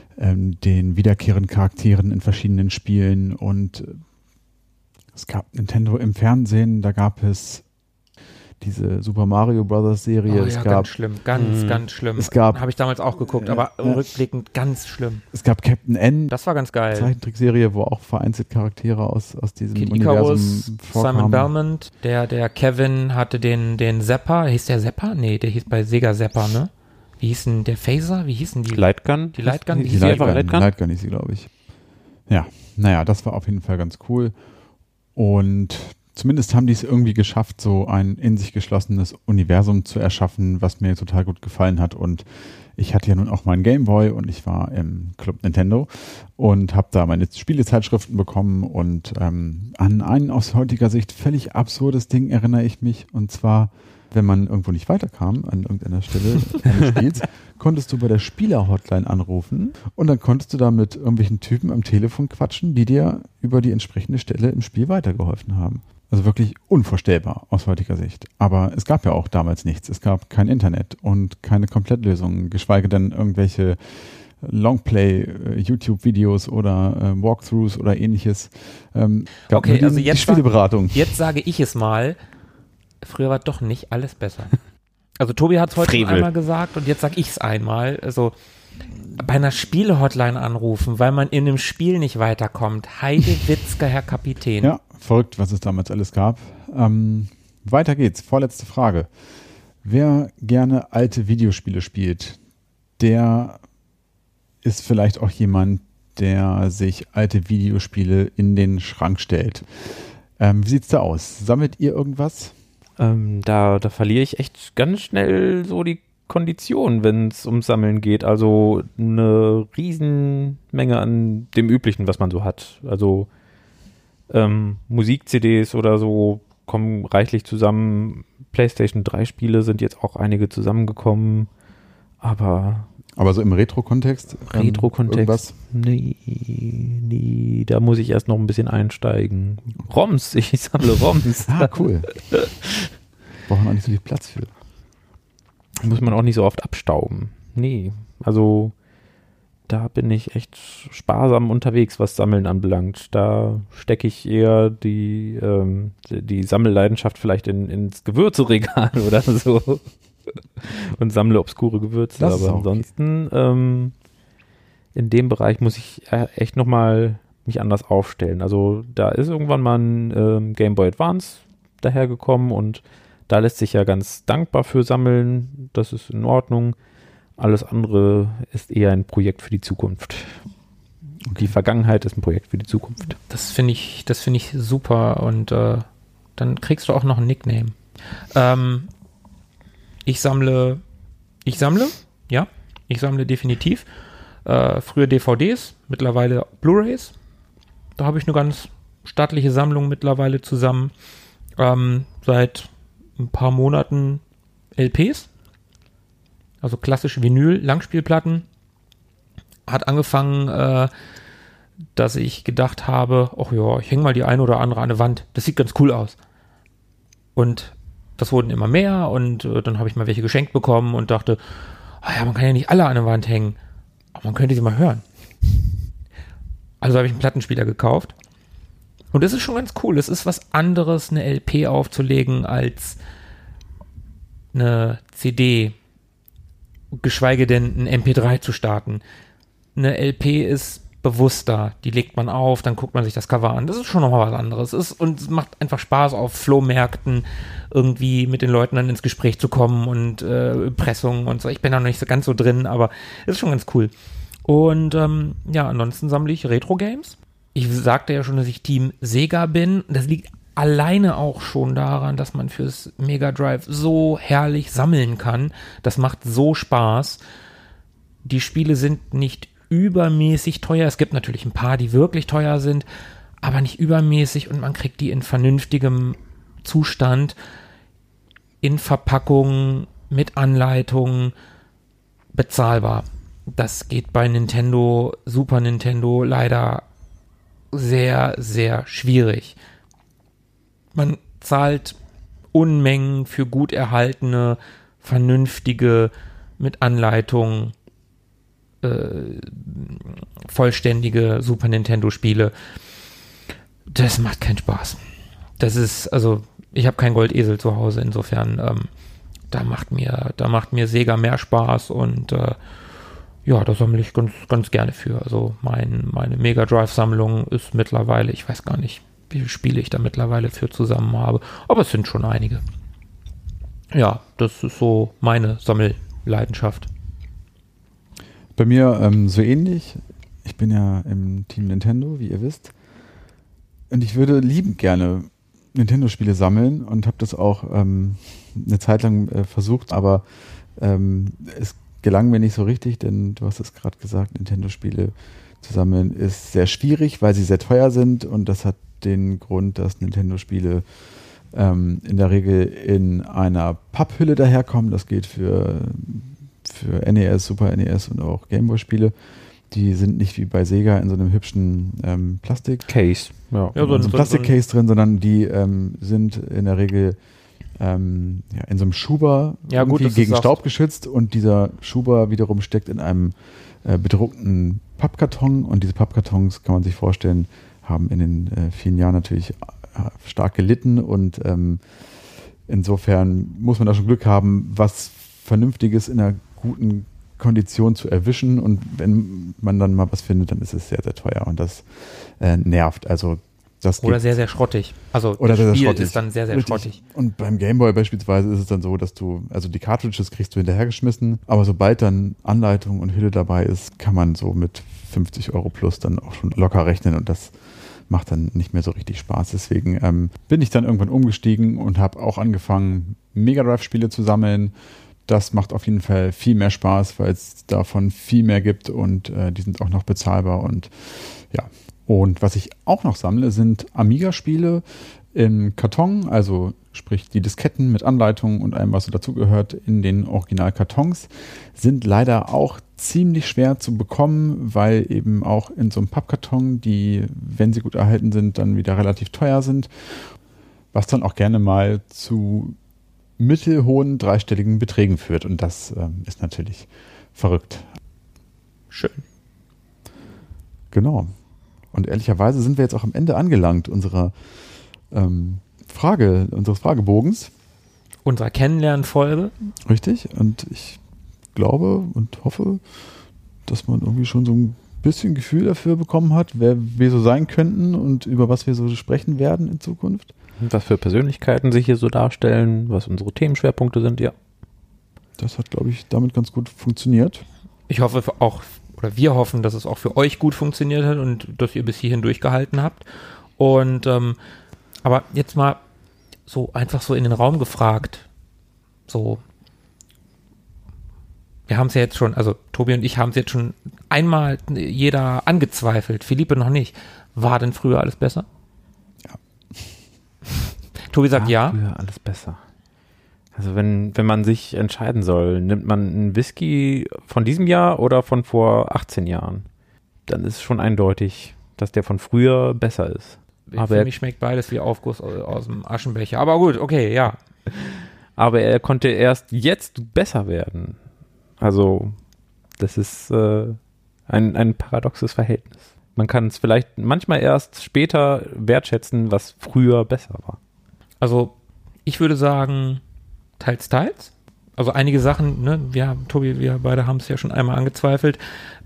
den wiederkehrenden Charakteren in verschiedenen Spielen. Und es gab Nintendo im Fernsehen, da gab es diese Super Mario Bros. Serie. Oh, ja, ganz schlimm, ganz schlimm. Es gab, habe ich damals auch geguckt, aber rückblickend ganz schlimm. Es gab Captain N. Das war ganz geil. Zeichentrickserie, wo auch vereinzelt Charaktere aus diesem Kid Universum Icarus, vorkamen. Simon Belmont, der Kevin hatte den Zapper. Hieß der Zapper? Nee, der hieß bei Sega Zapper, ne? Wie hieß denn der Phaser? Wie hießen die? Lightgun? Die Lightgun? Die Lightgun ist sie, glaube ich. Ja, naja, das war auf jeden Fall ganz cool. Und zumindest haben die es irgendwie geschafft, so ein in sich geschlossenes Universum zu erschaffen, was mir total gut gefallen hat. Und ich hatte ja nun auch meinen Gameboy und ich war im Club Nintendo und habe da meine Spielezeitschriften bekommen. Und an ein aus heutiger Sicht völlig absurdes Ding erinnere ich mich. Und zwar Wenn man irgendwo nicht weiterkam an irgendeiner Stelle eines Spiels, konntest du bei der Spieler-Hotline anrufen und dann konntest du da mit irgendwelchen Typen am Telefon quatschen, die dir über die entsprechende Stelle im Spiel weitergeholfen haben. Also wirklich unvorstellbar aus heutiger Sicht. Aber es gab ja auch damals nichts. Es gab kein Internet und keine Komplettlösungen, geschweige denn irgendwelche Longplay-YouTube-Videos oder Walkthroughs oder ähnliches. Okay, also jetzt die Spieleberatung. Jetzt sage ich es mal, früher war doch nicht alles besser. Also Tobi hat es heute schon einmal gesagt und jetzt sage ich es einmal. Also bei einer Spiele-Hotline anrufen, weil man in einem Spiel nicht weiterkommt. Heidewitzka, Herr Kapitän. Ja, verrückt, was es damals alles gab. Weiter geht's. Vorletzte Frage. Wer gerne alte Videospiele spielt, der ist vielleicht auch jemand, der sich alte Videospiele in den Schrank stellt. Wie sieht's da aus? Sammelt ihr irgendwas? Da verliere ich echt ganz schnell so die Kondition, wenn es ums Sammeln geht. Also eine Riesenmenge an dem Üblichen, was man so hat. Also Musik-CDs oder so kommen reichlich zusammen. PlayStation 3 Spiele sind jetzt auch einige zusammengekommen. Aber so im Retro-Kontext? Retro-Kontext? Nee, da muss ich erst noch ein bisschen einsteigen. ROMs, ich sammle ROMs. Cool. Brauchen auch nicht so viel Platz für. Muss man auch nicht so oft abstauben. Nee, also da bin ich echt sparsam unterwegs, was Sammeln anbelangt. Da stecke ich eher die Sammelleidenschaft vielleicht ins Gewürzeregal oder so und sammle obskure Gewürze. Das aber ansonsten in dem Bereich muss ich echt nochmal mich anders aufstellen. Also da ist irgendwann mal ein Game Boy Advance dahergekommen und da lässt sich ja ganz dankbar für sammeln. Das ist in Ordnung. Alles andere ist eher ein Projekt für die Zukunft. Okay. Die Vergangenheit ist ein Projekt für die Zukunft. Das finde ich super und dann kriegst du auch noch ein Nickname. Ich sammle definitiv. Früher DVDs, mittlerweile Blu-rays. Da habe ich eine ganz stattliche Sammlung mittlerweile zusammen. Seit ein paar Monaten LPs, also klassische Vinyl-Langspielplatten. Hat angefangen, dass ich gedacht habe, ach ja, ich hänge mal die eine oder andere an der Wand. Das sieht ganz cool aus. Und das wurden immer mehr und dann habe ich mal welche geschenkt bekommen und dachte, man kann ja nicht alle an der Wand hängen, aber man könnte sie mal hören. Also habe ich einen Plattenspieler gekauft. Und das ist schon ganz cool. Es ist was anderes, eine LP aufzulegen, als eine CD, geschweige denn ein MP3 zu starten. Eine LP ist bewusster. Die legt man auf, dann guckt man sich das Cover an. Das ist schon nochmal was anderes. Und es macht einfach Spaß, auf Flohmärkten irgendwie mit den Leuten dann ins Gespräch zu kommen und Pressungen und so. Ich bin da noch nicht so ganz so drin, aber es ist schon ganz cool. Und ansonsten sammle ich Retro-Games. Ich sagte ja schon, dass ich Team Sega bin. Das liegt alleine auch schon daran, dass man fürs Mega Drive so herrlich sammeln kann. Das macht so Spaß. Die Spiele sind nicht übermäßig teuer. Es gibt natürlich ein paar, die wirklich teuer sind, aber nicht übermäßig und man kriegt die in vernünftigem Zustand, in Verpackung, mit Anleitung, bezahlbar. Das geht bei Nintendo, Super Nintendo leider sehr, sehr schwierig. Man zahlt Unmengen für gut erhaltene, vernünftige, mit Anleitung, vollständige Super Nintendo Spiele. Das macht keinen Spaß. Das ist, also, ich habe keinen Goldesel zu Hause, insofern, da macht mir Sega mehr Spaß und da sammle ich ganz, ganz gerne für. Also meine Mega Drive Sammlung ist mittlerweile, ich weiß gar nicht, wie viele Spiele ich da mittlerweile für zusammen habe, aber es sind schon einige. Ja, das ist so meine Sammelleidenschaft. Bei mir so ähnlich. Ich bin ja im Team Nintendo, wie ihr wisst. Und ich würde liebend gerne Nintendo-Spiele sammeln und habe das auch eine Zeit lang versucht, aber es gelang mir nicht so richtig, denn du hast es gerade gesagt, Nintendo-Spiele zu sammeln ist sehr schwierig, weil sie sehr teuer sind und das hat den Grund, dass Nintendo-Spiele in der Regel in einer Papphülle daherkommen. Das geht für NES, Super NES und auch Gameboy-Spiele. Die sind nicht wie bei Sega in so einem hübschen Plastik-Case. Ja, so ein Plastik-Case drin, sondern die sind in der Regel in so einem Schuber gegen Staub geschützt, und dieser Schuber wiederum steckt in einem bedruckten Pappkarton, und diese Pappkartons, kann man sich vorstellen, haben in den vielen Jahren natürlich stark gelitten, und insofern muss man da schon Glück haben, was Vernünftiges in einer guten Kondition zu erwischen, und wenn man dann mal was findet, dann ist es sehr, sehr teuer, und das nervt. Also oder sehr, sehr schrottig. Also oder das Spiel schrottig. ist dann sehr, sehr Richtig. schrottig. Und beim Gameboy beispielsweise ist es dann so, dass also die Cartridges kriegst du hinterhergeschmissen, aber sobald dann Anleitung und Hülle dabei ist, kann man so mit 50 € plus dann auch schon locker rechnen, und das macht dann nicht mehr so richtig Spaß. Deswegen bin ich dann irgendwann umgestiegen und habe auch angefangen, Mega Drive-Spiele zu sammeln. Das macht auf jeden Fall viel mehr Spaß, weil es davon viel mehr gibt, und die sind auch noch bezahlbar, und ja. Und was ich auch noch sammle, sind Amiga-Spiele im Karton, also sprich die Disketten mit Anleitungen und allem, was so dazugehört, in den Originalkartons, sind leider auch ziemlich schwer zu bekommen, weil eben auch in so einem Pappkarton, die, wenn sie gut erhalten sind, dann wieder relativ teuer sind, was dann auch gerne mal zu mittelhohen dreistelligen Beträgen führt, und das ist natürlich verrückt. Schön. Genau. Und ehrlicherweise sind wir jetzt auch am Ende angelangt unseres Fragebogens. Unserer Kennenlernfolge. Richtig. Und ich glaube und hoffe, dass man irgendwie schon so ein bisschen Gefühl dafür bekommen hat, wer wir so sein könnten und über was wir so sprechen werden in Zukunft. Und was für Persönlichkeiten sich hier so darstellen, was unsere Themenschwerpunkte sind, ja. Das hat, glaube ich, damit ganz gut funktioniert. Ich hoffe auch, oder wir hoffen, dass es auch für euch gut funktioniert hat und dass ihr bis hierhin durchgehalten habt. Und aber jetzt mal so einfach so in den Raum gefragt, so, wir haben es ja jetzt schon, also Tobi und ich haben es jetzt schon einmal jeder angezweifelt, Philippe noch nicht. War denn früher alles besser? Ja. Tobi sagt ja. Früher alles besser. Also wenn man sich entscheiden soll, nimmt man einen Whisky von diesem Jahr oder von vor 18 Jahren, dann ist schon eindeutig, dass der von früher besser ist. Für mich schmeckt beides wie Aufguss aus dem Aschenbecher. Aber gut, okay, ja. Aber er konnte erst jetzt besser werden. Also das ist ein paradoxes Verhältnis. Man kann es vielleicht manchmal erst später wertschätzen, was früher besser war. Also ich würde sagen, teils. Also einige Sachen, ne, Tobi, wir beide haben es ja schon einmal angezweifelt.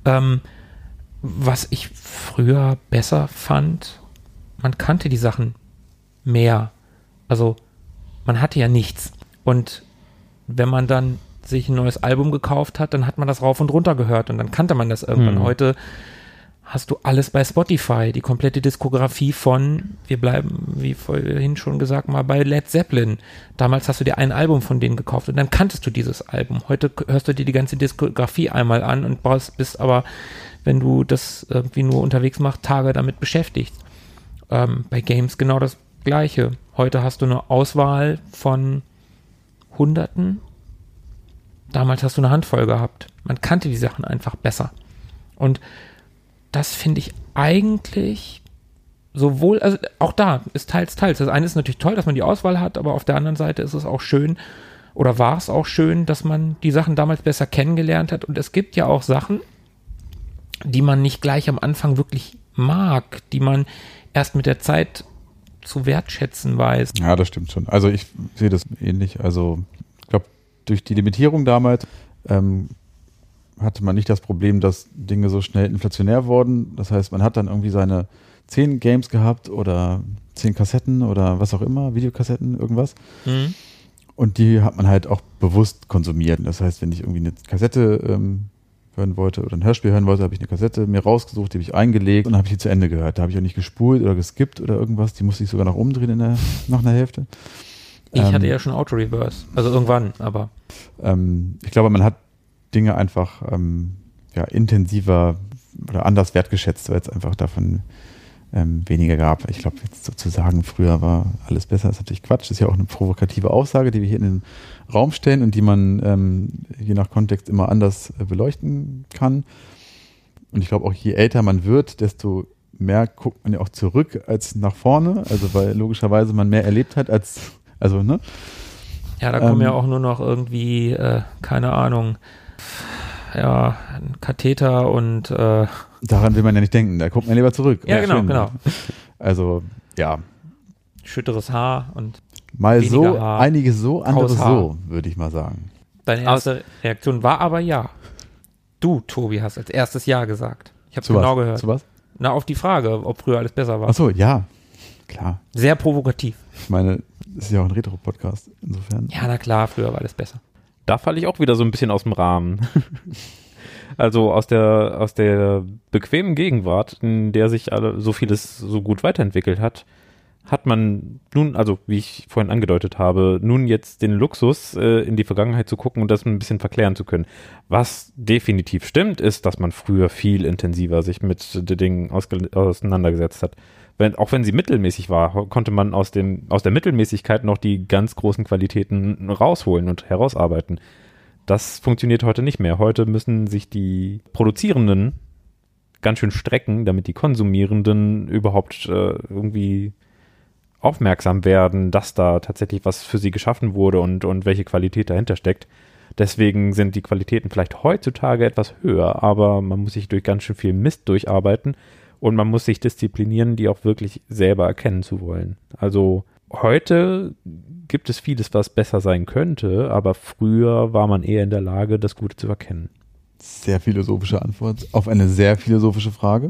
Was ich früher besser fand, man kannte die Sachen mehr. Also man hatte ja nichts. Und wenn man dann sich ein neues Album gekauft hat, dann hat man das rauf und runter gehört und dann kannte man das irgendwann. Heute hast du alles bei Spotify, die komplette Diskografie von, wir bleiben, wie vorhin schon gesagt, mal bei Led Zeppelin. Damals hast du dir ein Album von denen gekauft und dann kanntest du dieses Album. Heute hörst du dir die ganze Diskografie einmal an und bist aber, wenn du das irgendwie nur unterwegs machst, Tage damit beschäftigt. Bei Games genau das Gleiche. Heute hast du eine Auswahl von Hunderten. Damals hast du eine Handvoll gehabt. Man kannte die Sachen einfach besser. Und das finde ich eigentlich sowohl, also auch da ist teils. Das eine ist natürlich toll, dass man die Auswahl hat, aber auf der anderen Seite ist es auch schön, oder war es auch schön, dass man die Sachen damals besser kennengelernt hat. Und es gibt ja auch Sachen, die man nicht gleich am Anfang wirklich mag, die man erst mit der Zeit zu wertschätzen weiß. Ja, das stimmt schon. Also ich sehe das ähnlich. Also ich glaube, durch die Limitierung damals hatte man nicht das Problem, dass Dinge so schnell inflationär wurden. Das heißt, man hat dann irgendwie seine 10 Games gehabt oder 10 Kassetten oder was auch immer, Videokassetten, irgendwas. Mhm. Und die hat man halt auch bewusst konsumiert. Das heißt, wenn ich irgendwie eine Kassette hören wollte oder ein Hörspiel hören wollte, habe ich eine Kassette mir rausgesucht, die habe ich eingelegt und habe ich die zu Ende gehört. Da habe ich auch nicht gespult oder geskippt oder irgendwas. Die musste ich sogar noch umdrehen nach einer Hälfte. Ich hatte ja schon Auto-Reverse, also irgendwann, aber. Ich glaube, man hat Dinge einfach intensiver oder anders wertgeschätzt, weil es einfach davon weniger gab. Ich glaube, jetzt sozusagen, früher war alles besser, ist natürlich Quatsch. Das ist ja auch eine provokative Aussage, die wir hier in den Raum stellen und die man je nach Kontext immer anders beleuchten kann. Und ich glaube auch, je älter man wird, desto mehr guckt man ja auch zurück als nach vorne. Also weil logischerweise man mehr erlebt hat als, also ne? Ja, da kommen ja auch nur noch irgendwie, keine Ahnung, ja, ein Katheter und daran will man ja nicht denken, da guckt man lieber zurück. Ja, genau. Also, ja. Schütteres Haar und mal so, Haar, einiges so, anderes Haar. so, würde ich mal sagen. Deine erste Reaktion war aber ja. Du, Tobi, hast als erstes Ja gesagt. Ich habe genau gehört. Zu was? Na, auf die Frage, ob früher alles besser war. Ach so, ja, klar. Sehr provokativ. Ich meine, es ist ja auch ein Retro-Podcast, insofern. Ja, na klar, früher war alles besser. Da falle ich auch wieder so ein bisschen aus dem Rahmen. Also aus der bequemen Gegenwart, in der sich so vieles so gut weiterentwickelt hat, hat man nun, also wie ich vorhin angedeutet habe, nun jetzt den Luxus, in die Vergangenheit zu gucken und das ein bisschen verklären zu können. Was definitiv stimmt, ist, dass man früher viel intensiver sich mit den Dingen auseinandergesetzt hat. Auch wenn sie mittelmäßig war, konnte man aus der Mittelmäßigkeit noch die ganz großen Qualitäten rausholen und herausarbeiten. Das funktioniert heute nicht mehr. Heute müssen sich die Produzierenden ganz schön strecken, damit die Konsumierenden überhaupt irgendwie aufmerksam werden, dass da tatsächlich was für sie geschaffen wurde und welche Qualität dahinter steckt. Deswegen sind die Qualitäten vielleicht heutzutage etwas höher, aber man muss sich durch ganz schön viel Mist durcharbeiten und man muss sich disziplinieren, die auch wirklich selber erkennen zu wollen. Also heute gibt es vieles, was besser sein könnte, aber früher war man eher in der Lage, das Gute zu erkennen. Sehr philosophische Antwort auf eine sehr philosophische Frage.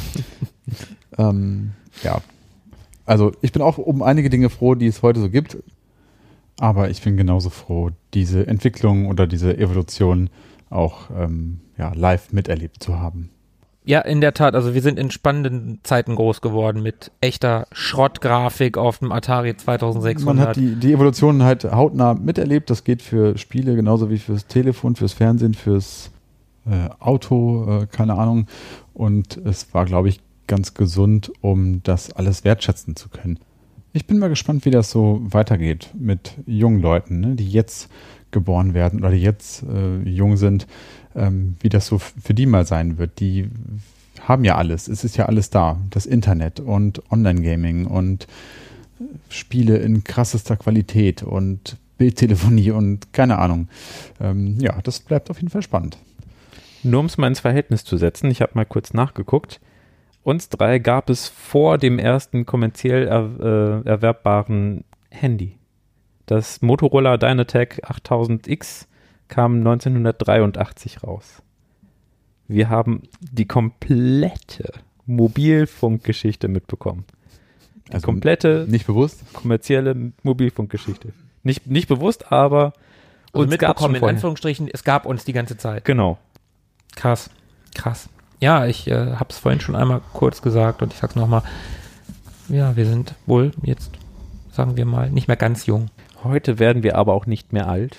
Ja, also ich bin auch um einige Dinge froh, die es heute so gibt, aber ich bin genauso froh, diese Entwicklung oder diese Evolution auch live miterlebt zu haben. Ja, in der Tat. Also wir sind in spannenden Zeiten groß geworden mit echter Schrottgrafik auf dem Atari 2600. Man hat die Evolution halt hautnah miterlebt. Das geht für Spiele genauso wie fürs Telefon, fürs Fernsehen, fürs Auto, keine Ahnung. Und es war, glaube ich, ganz gesund, um das alles wertschätzen zu können. Ich bin mal gespannt, wie das so weitergeht mit jungen Leuten, ne, die jetzt geboren werden oder die jetzt jung sind, wie das so für die mal sein wird. Die haben ja alles. Es ist ja alles da. Das Internet und Online-Gaming und Spiele in krassester Qualität und Bildtelefonie und keine Ahnung. Ja, das bleibt auf jeden Fall spannend. Nur um es mal ins Verhältnis zu setzen, ich habe mal kurz nachgeguckt. Uns drei gab es vor dem ersten kommerziell erwerbbaren Handy. Das Motorola Dynatec 8000X kam 1983 raus. Wir haben die komplette Mobilfunkgeschichte mitbekommen. Die Also komplette nicht bewusst? kommerzielle Mobilfunkgeschichte. Nicht bewusst, aber also uns gab es schon mitbekommen, in vorher. Anführungsstrichen, es gab uns die ganze Zeit. Genau. Krass. Ja, ich habe es vorhin schon einmal kurz gesagt und ich sag's nochmal. Ja, wir sind wohl jetzt, sagen wir mal, nicht mehr ganz jung. Heute werden wir aber auch nicht mehr alt.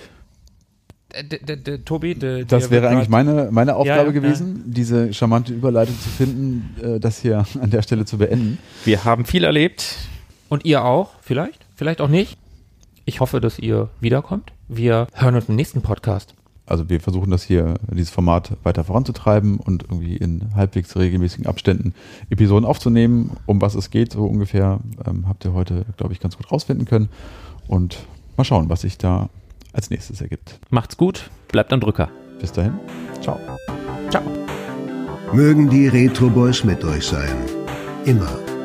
Tobi, Das wäre eigentlich meine Aufgabe Ja. gewesen, diese charmante Überleitung zu finden, das hier an der Stelle zu beenden. Wir haben viel erlebt. Und ihr auch, vielleicht auch nicht. Ich hoffe, dass ihr wiederkommt. Wir hören uns im nächsten Podcast. Also wir versuchen dieses Format weiter voranzutreiben und irgendwie in halbwegs regelmäßigen Abständen Episoden aufzunehmen. Um was es geht, so ungefähr, habt ihr heute, glaube ich, ganz gut rausfinden können. Und mal schauen, was sich da als nächstes ergibt. Macht's gut, bleibt am Drücker. Bis dahin, ciao. Ciao. Mögen die Retro Boys mit euch sein. Immer.